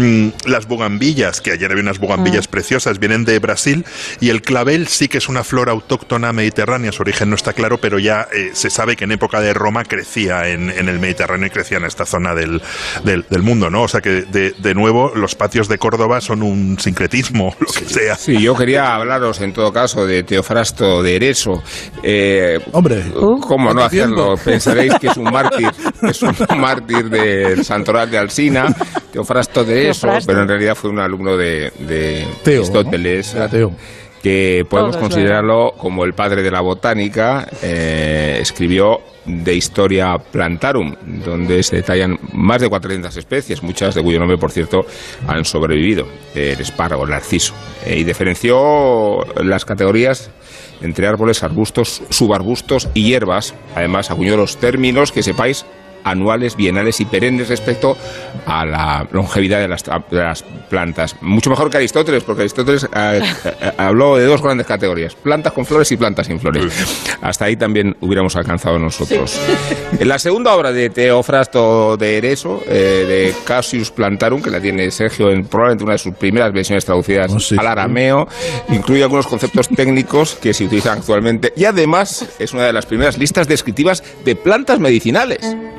Las bugambillas, que ayer había unas bugambillas ah. preciosas, vienen de Brasil, y el clavel sí que es una flor autóctona mediterránea, su origen no está claro, pero ya eh, se sabe que en época de Roma crecía en, en el Mediterráneo y crecía en esta zona del, del, del mundo, ¿no? O sea que de, de nuevo los patios de Córdoba son un sincretismo, lo que sea. Sí, yo quería hablaros en todo caso de Teofrasto de Hereso. Eh, Hombre, ¿cómo no hacerlo? Pensaréis que es un mártir, es un mártir del Santoral de Alsina, Teofrasto de Hereso, pero en realidad fue un alumno de, de Teo, Aristóteles, ¿no? Teo. Que podemos Todos, considerarlo ¿verdad? Como el padre de la botánica. Eh, escribió De Historia Plantarum, donde se detallan más de cuatrocientas especies, muchas de cuyo nombre, por cierto, han sobrevivido, el espárrago, el narciso, eh, y diferenció las categorías entre árboles, arbustos, subarbustos y hierbas. Además, acuñó los términos, que sepáis, anuales, bienales y perennes respecto a la longevidad de las, de las plantas. Mucho mejor que Aristóteles, porque Aristóteles eh, eh, habló de dos grandes categorías, plantas con flores y plantas sin flores. Hasta ahí también hubiéramos alcanzado nosotros. Sí. En la segunda obra de Teofrasto de Hereso, eh, de Cassius Plantarum, que la tiene Sergio en probablemente una de sus primeras versiones traducidas oh, sí, al arameo, sí. incluye algunos conceptos técnicos que se utilizan actualmente, y además es una de las primeras listas descriptivas de plantas medicinales.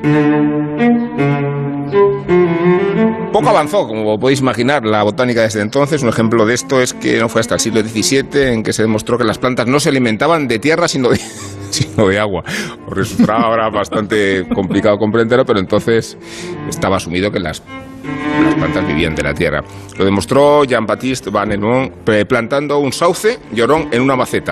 Poco avanzó, como podéis imaginar, la botánica desde entonces. Un ejemplo de esto es que no fue hasta el siglo diecisiete en que se demostró que las plantas no se alimentaban de tierra sino de, sino de agua. Os resultará ahora bastante complicado comprenderlo, pero entonces estaba asumido que las Las plantas vivían de la tierra. Lo demostró Jean-Baptiste Van Helmont plantando un sauce llorón en una maceta.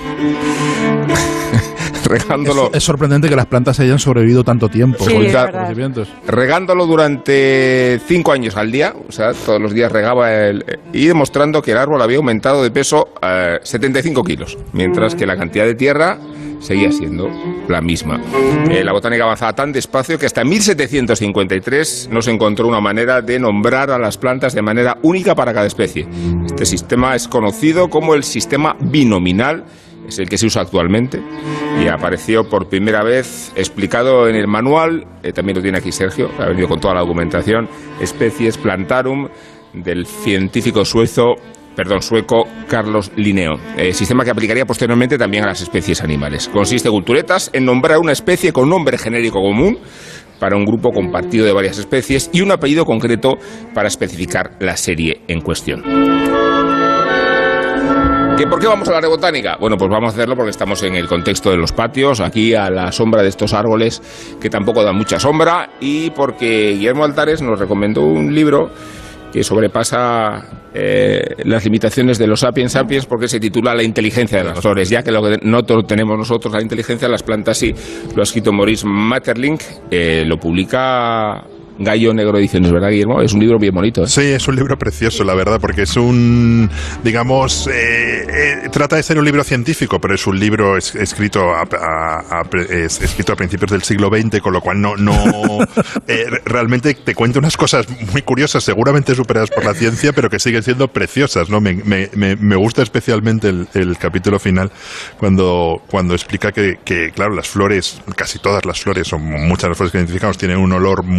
Regándolo. Es, es sorprendente que las plantas hayan sobrevivido tanto tiempo. Sí, regándolo durante cinco años al día, o sea, todos los días regaba el, y demostrando que el árbol había aumentado de peso eh, setenta y cinco kilos, mientras que la cantidad de tierra seguía siendo la misma. Eh, la botánica avanzaba tan despacio que hasta mil setecientos cincuenta y tres no se encontró una manera de nombrar a las plantas de manera única para cada especie. Este sistema es conocido como el sistema binominal. Es el que se usa actualmente y apareció por primera vez explicado en el manual, eh, también lo tiene aquí Sergio, ha venido con toda la documentación, Especies Plantarum, del científico suezo, perdón, sueco Carlos Linneo, eh, sistema que aplicaría posteriormente también a las especies animales. Consiste, culturetas, en nombrar una especie con nombre genérico común para un grupo compartido de varias especies y un apellido concreto para especificar la serie en cuestión. ¿Por qué vamos a hablar de botánica? Bueno, pues vamos a hacerlo porque estamos en el contexto de los patios, aquí a la sombra de estos árboles que tampoco dan mucha sombra, y porque Guillermo Altares nos recomendó un libro que sobrepasa eh, las limitaciones de los Sapiens Sapiens, porque se titula La inteligencia de las flores, ya que lo que no tenemos nosotros, la inteligencia de las plantas sí. Lo ha escrito Maurice Maeterlinck, eh, lo publica Gallo Negro Ediciones, ¿verdad, Guillermo? Es un libro bien bonito, ¿eh? Sí, es un libro precioso, la verdad, porque es un, digamos, eh, eh, trata de ser un libro científico, pero es un libro es, escrito a, a, a, es escrito a principios del siglo veinte, con lo cual no, no eh, realmente te cuenta unas cosas muy curiosas, seguramente superadas por la ciencia, pero que siguen siendo preciosas, ¿no? Me, me, me gusta especialmente el, el capítulo final, cuando, cuando explica que, que, claro, las flores, casi todas las flores, o muchas de las flores que identificamos, tienen un olor muy fuerte,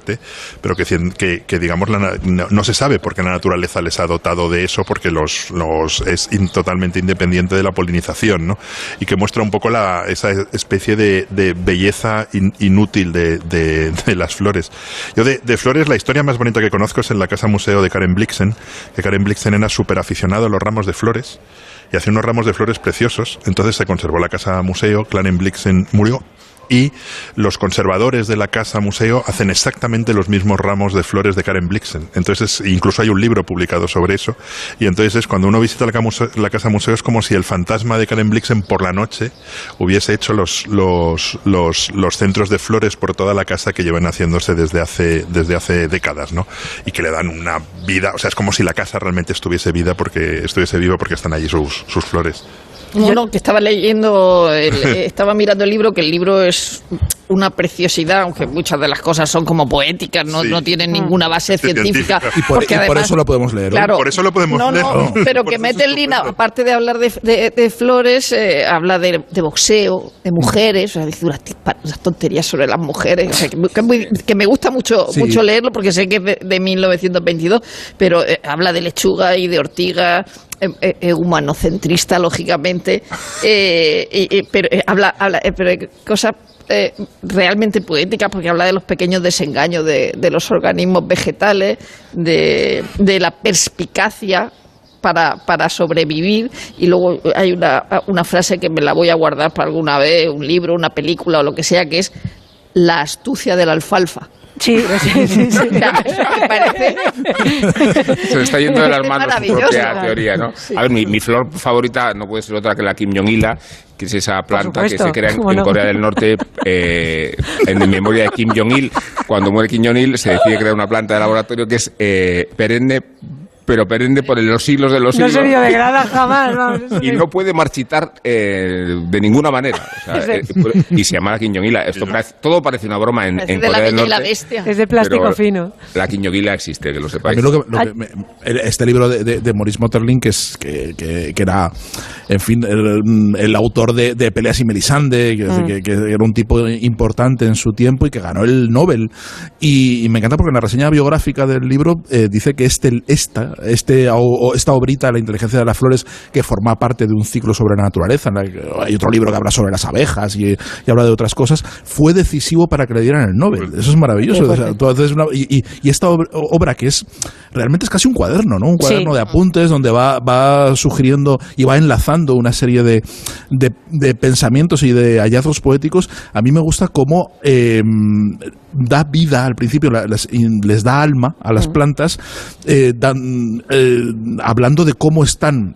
norte, pero que, que, que digamos, la, no, no se sabe por qué la naturaleza les ha dotado de eso, porque los, los es in, totalmente independiente de la polinización, ¿no? Y que muestra un poco la, esa especie de, de belleza in, inútil de, de, de las flores. Yo de, de flores, la historia más bonita que conozco es en la Casa Museo de Karen Blixen, que Karen Blixen era súper aficionado a los ramos de flores y hacía unos ramos de flores preciosos. Entonces se conservó la Casa Museo, Karen Blixen murió, y los conservadores de la Casa Museo hacen exactamente los mismos ramos de flores de Karen Blixen. Entonces, incluso hay un libro publicado sobre eso. Y entonces es cuando uno visita la, la Casa Museo, es como si el fantasma de Karen Blixen por la noche hubiese hecho los, los, los, los centros de flores por toda la casa que llevan haciéndose desde hace, desde hace décadas, ¿no? Y que le dan una vida, o sea, es como si la casa realmente estuviese vida porque estuviese viva porque están allí sus, sus flores. Bueno, que estaba leyendo, el, estaba mirando el libro, que el libro es una preciosidad, aunque muchas de las cosas son como poéticas, no, sí. no tienen ninguna base científica. Y por, y además, por eso lo podemos leer. Claro, por eso lo podemos no, leer. No, pero que mete en línea, aparte de hablar de, de, de flores, eh, habla de, de boxeo, de mujeres, o sea, dice unas, unas tonterías sobre las mujeres, o sea, que, que, muy, que me gusta mucho, sí. mucho leerlo, porque sé que es de, de mil novecientos veintidós, pero eh, habla de lechuga y de ortiga. Eh, eh, humanocentrista, lógicamente, eh, eh, pero eh, habla, habla eh, pero eh, cosas eh, realmente poéticas, porque habla de los pequeños desengaños de, de los organismos vegetales, de, de la perspicacia para, para sobrevivir, y luego hay una, una frase que me la voy a guardar para alguna vez, un libro, una película o lo que sea, que es la astucia de la alfalfa. Sí, sí, sí, sí. Me parece... Se le está yendo de las manos su propia teoría, ¿no? Sí. A ver, mi, mi flor favorita no puede ser otra que la Kim Jong-ila, que es esa planta que se crea en, en no? Corea del Norte eh, en, en memoria de Kim Jong-il. Cuando muere Kim Jong-il se decide crear una planta de laboratorio que es eh, perenne, pero perenne por los siglos de los siglos. No se biodegrada jamás. No, y no puede marchitar eh, de ninguna manera. O sea, eh, y se llama la Kim Jong-il. Esto parece, todo parece una broma en, en Corea del Norte. Bestia. Es de plástico fino. La Kim Jong-il existe, que lo sepáis. A mí lo que, lo que me, este libro de, de, de Maurice Maeterlinck, que, es, que, que, que era, en fin, el, el autor de, de Peleas y Melisande, que, mm. que, que era un tipo importante en su tiempo y que ganó el Nobel. Y, y me encanta porque en la reseña biográfica del libro eh, dice que este, esta Este, o, esta obrita, La inteligencia de las flores, que forma parte de un ciclo sobre la naturaleza, hay otro libro que habla sobre las abejas y, y habla de otras cosas, fue decisivo para que le dieran el Nobel. Eso es maravilloso. O sea, entonces una, y, y, y esta obra, obra que es realmente es casi un cuaderno, ¿no? Un cuaderno sí. de apuntes donde va, va sugiriendo y va enlazando una serie de, de, de pensamientos y de hallazgos poéticos. A mí me gusta cómo eh, da vida al principio, les, les da alma a las plantas, eh, dan Eh, hablando de cómo están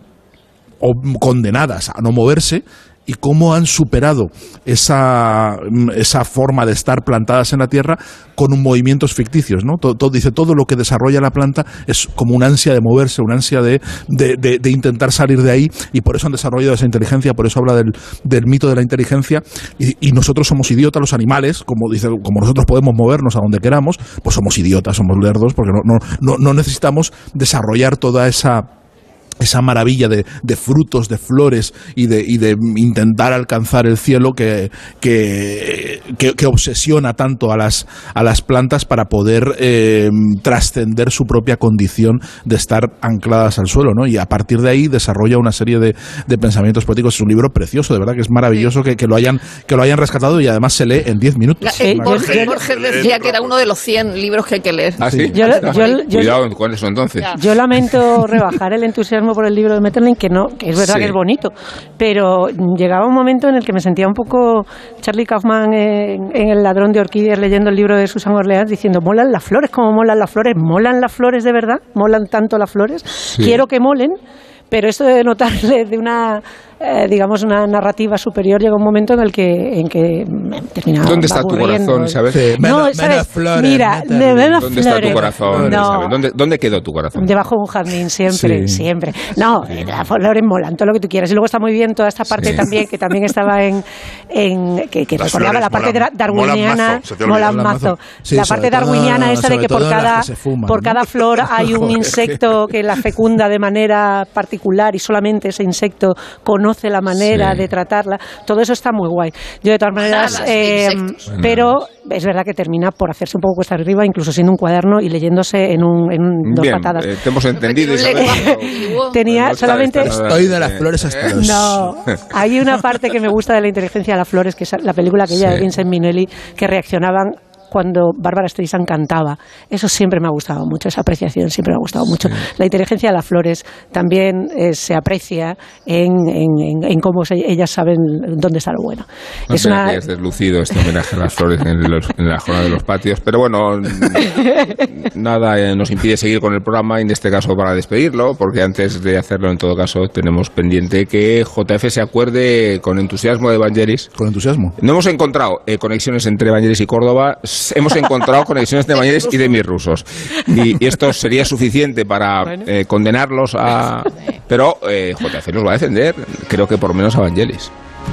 condenadas a no moverse y cómo han superado esa, esa forma de estar plantadas en la tierra con un movimientos ficticios, ¿no? Todo, todo, dice, todo lo que desarrolla la planta es como una ansia de moverse, una ansia de, de, de, de intentar salir de ahí, y por eso han desarrollado esa inteligencia, por eso habla del, del mito de la inteligencia, y, y nosotros somos idiotas, los animales, como dice, como nosotros podemos movernos a donde queramos, pues somos idiotas, somos lerdos, porque no, no, no, no necesitamos desarrollar toda esa esa maravilla de, de frutos, de flores y de, y de intentar alcanzar el cielo que, que, que, que obsesiona tanto a las, a las plantas para poder eh, trascender su propia condición de estar ancladas al suelo, ¿no? Y a partir de ahí desarrolla una serie de, de pensamientos poéticos. Es un libro precioso, de verdad, que es maravilloso que, que, lo, hayan, que lo hayan rescatado, y además se lee en diez minutos. La, eh, Borges, Borges decía que era uno de los cien libros que hay que leer. ¿Ah, sí? Yo, yo, yo, Cuidado con eso entonces. Yo lamento rebajar el entusiasmo por el libro de Maeterlinck, que no, que es verdad sí. que es bonito, pero llegaba un momento en el que me sentía un poco Charlie Kaufman en, en El ladrón de orquídeas, leyendo el libro de Susan Orleans, diciendo, molan las flores, ¿cómo molan las flores? ¿Molan las flores de verdad? ¿Molan tanto las flores? Sí. Quiero que molen, pero esto de notarle de una, eh, digamos, una narrativa superior, llega un momento en el que, en que me terminaba ¿Dónde está tu corazón, Isabel? Sí, no, menos, ¿sabes? Menos flores, Mira, menos de menos ¿Dónde flores. está tu corazón, no. Isabel? ¿Dónde, ¿Dónde quedó tu corazón? Debajo de un jardín, siempre, sí. siempre. No, sí. las flores molan, todo lo que tú quieras. Y luego está muy bien toda esta parte sí. también, que también estaba en... en que, que recordaba la parte molan, darwiniana. Molan mazo. Sí, la parte darwiniana esa de que por cada, fuman, por cada flor hay un insecto que la fecunda de manera particular, y solamente ese insecto conoce conoce la manera Sí. de tratarla, todo eso está muy guay. Yo de todas maneras, Ojalá, eh, insectos. pero es verdad que termina por hacerse un poco cuesta arriba, incluso siendo un cuaderno y leyéndose en, un, en dos Bien, patadas. eh, te hemos entendido, Un Isabel. lenguaje. Tenía No está- solamente... está nada- Estoy de las flores hasta los... No, hay una parte que me gusta de La inteligencia de las flores, que es la película aquella Sí. de Vincent Minnelli, que reaccionaban cuando Bárbara Streisand cantaba. Eso siempre me ha gustado mucho, esa apreciación siempre me ha gustado mucho. La inteligencia de las flores también eh, se aprecia en, en, en, en cómo se- ellas saben dónde está lo bueno. No es sé una... que hayas deslucido este homenaje a las flores en, los- en la jornada de los patios, pero bueno, nada eh, nos impide seguir con el programa, y en este caso para despedirlo, porque antes de hacerlo, en todo caso, tenemos pendiente que J F se acuerde con entusiasmo de Evangelis. Con entusiasmo. No hemos encontrado eh, conexiones entre Evangelis y Córdoba, s- hemos encontrado conexiones de Evangelis y de mis rusos. Y, y esto sería suficiente para eh, condenarlos a... Pero eh, J F nos va a defender, creo que por lo menos a Evangelis.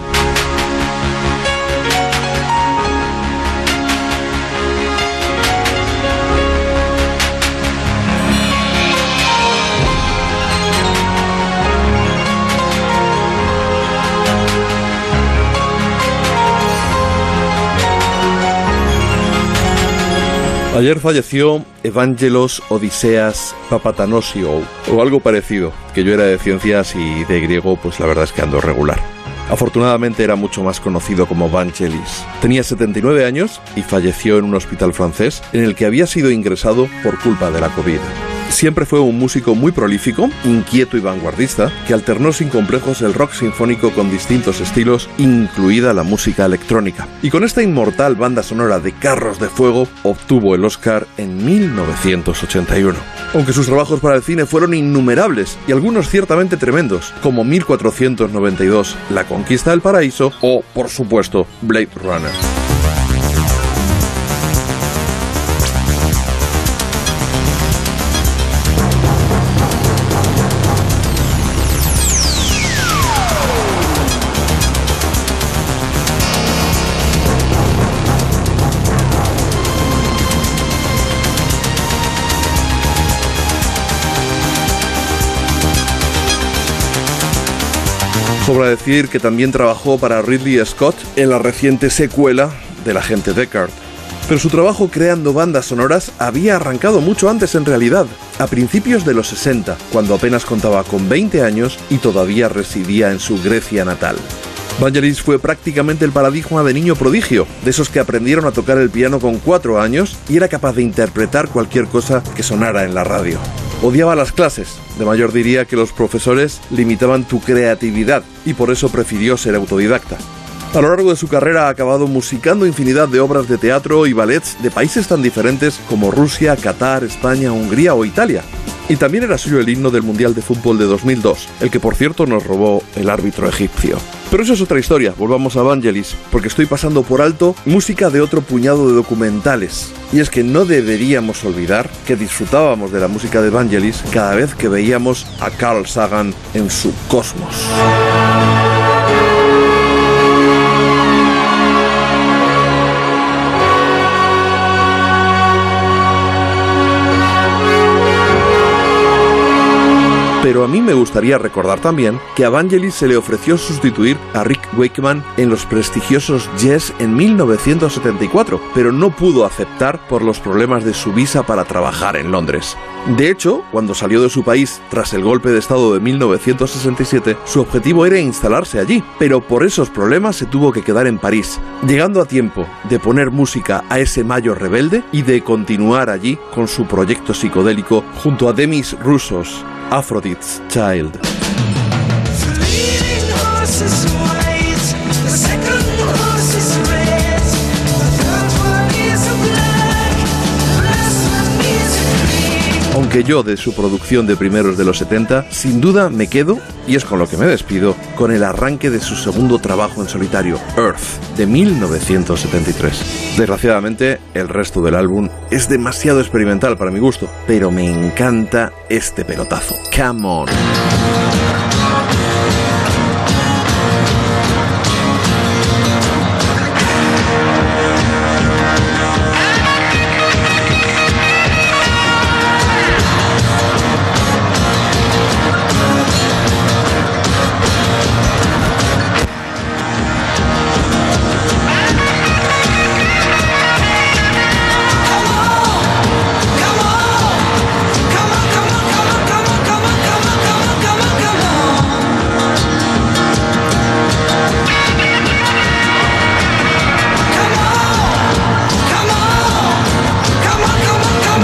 Ayer falleció Evangelos Odiseas Papathanasiou, o algo parecido, que yo era de ciencias y de griego, pues la verdad es que ando regular. Afortunadamente era mucho más conocido como Vangelis. Tenía setenta y nueve años y falleció en un hospital francés en el que había sido ingresado por culpa de la COVID. Siempre fue un músico muy prolífico, inquieto y vanguardista, que alternó sin complejos el rock sinfónico con distintos estilos, incluida la música electrónica. Y con esta inmortal banda sonora de Carros de Fuego, obtuvo el Oscar en mil novecientos ochenta y uno. Aunque sus trabajos para el cine fueron innumerables, y algunos ciertamente tremendos, como mil cuatrocientos noventa y dos, La Conquista del Paraíso, o, por supuesto, Blade Runner. Sobra decir que también trabajó para Ridley Scott en la reciente secuela del Agente Deckard. Pero su trabajo creando bandas sonoras había arrancado mucho antes en realidad, a principios de los sesenta, cuando apenas contaba con veinte años y todavía residía en su Grecia natal. Vangelis fue prácticamente el paradigma de niño prodigio, de esos que aprendieron a tocar el piano con cuatro años y era capaz de interpretar cualquier cosa que sonara en la radio. Odiaba las clases, de mayor diría que los profesores limitaban tu creatividad y por eso prefirió ser autodidacta. A lo largo de su carrera ha acabado musicando infinidad de obras de teatro y ballets de países tan diferentes como Rusia, Qatar, España, Hungría o Italia. Y también era suyo el himno del Mundial de Fútbol de dos mil dos, el que por cierto nos robó el árbitro egipcio. Pero eso es otra historia, volvamos a Vangelis, porque estoy pasando por alto música de otro puñado de documentales. Y es que no deberíamos olvidar que disfrutábamos de la música de Vangelis cada vez que veíamos a Carl Sagan en su Cosmos. Pero a mí me gustaría recordar también que a Vangelis se le ofreció sustituir a Rick Wakeman en los prestigiosos Yes en mil novecientos setenta y cuatro, pero no pudo aceptar por los problemas de su visa para trabajar en Londres. De hecho, cuando salió de su país tras el golpe de estado de mil novecientos sesenta y siete, su objetivo era instalarse allí, pero por esos problemas se tuvo que quedar en París, llegando a tiempo de poner música a ese mayo rebelde y de continuar allí con su proyecto psicodélico junto a Demis Roussos, Aphrodite's Child. Aunque yo de su producción de primeros de los setenta, sin duda me quedo, y es con lo que me despido, con el arranque de su segundo trabajo en solitario, Earth, de mil novecientos setenta y tres. Desgraciadamente, el resto del álbum es demasiado experimental para mi gusto, pero me encanta este pelotazo. Come on.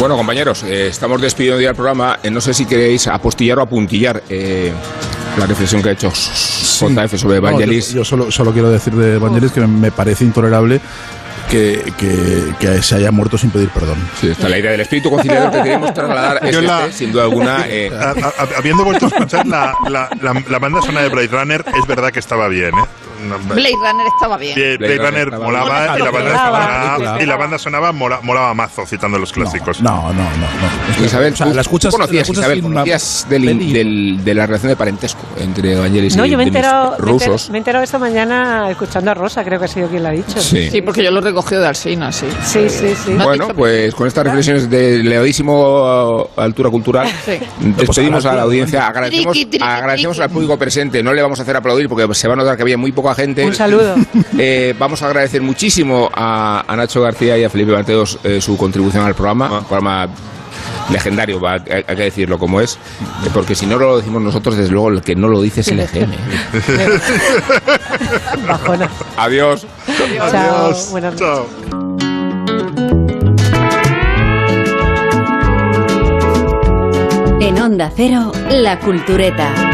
Bueno, compañeros, eh, estamos despidiendo ya el programa. Eh, no sé si queréis apostillar o apuntillar eh, la reflexión que ha hecho J F sobre Vangelis. No, yo yo solo, solo quiero decir de Vangelis que me parece intolerable que, que, que se haya muerto sin pedir perdón. Sí, está la idea del espíritu conciliador que queremos trasladar es la, este, sin duda alguna. Eh. A, a, habiendo vuelto a escuchar la, la, la, la banda sonora de Blade Runner, es verdad que estaba bien, ¿eh? Blade Runner estaba bien. Blade, Blade Runner, Runner molaba y la, banda sonaba, y la banda sonaba mola, molaba mazo, citando los clásicos. No, no, no. no, no. Isabel, o sea, la escuchas, ¿tú conocías, la escuchas Isabel, conocías del, del, de la relación de parentesco entre Vangelis no, y yo me he enterado, rusos? Me he enterado esta mañana escuchando a Rosa, creo que ha sido quien la ha dicho. Sí, sí porque yo lo he recogido de Alsina, sí. Sí, sí, sí. Bueno, pues con estas reflexiones de elevadísimo altura cultural, sí. despedimos a la audiencia. Agradecemos, agradecemos al público presente. No le vamos a hacer aplaudir porque se va a notar que había muy poca gente. Un saludo. Eh, vamos a agradecer muchísimo a, a Nacho García y a Felipe Mateos eh, su contribución al programa, un programa legendario, va, hay, hay que decirlo como es, eh, porque si no lo decimos nosotros, desde luego el que no lo dice es el E G M. Bajona. Adiós. Adiós. Chao. Buenas noches. Chao. En Onda Cero, La Cultureta.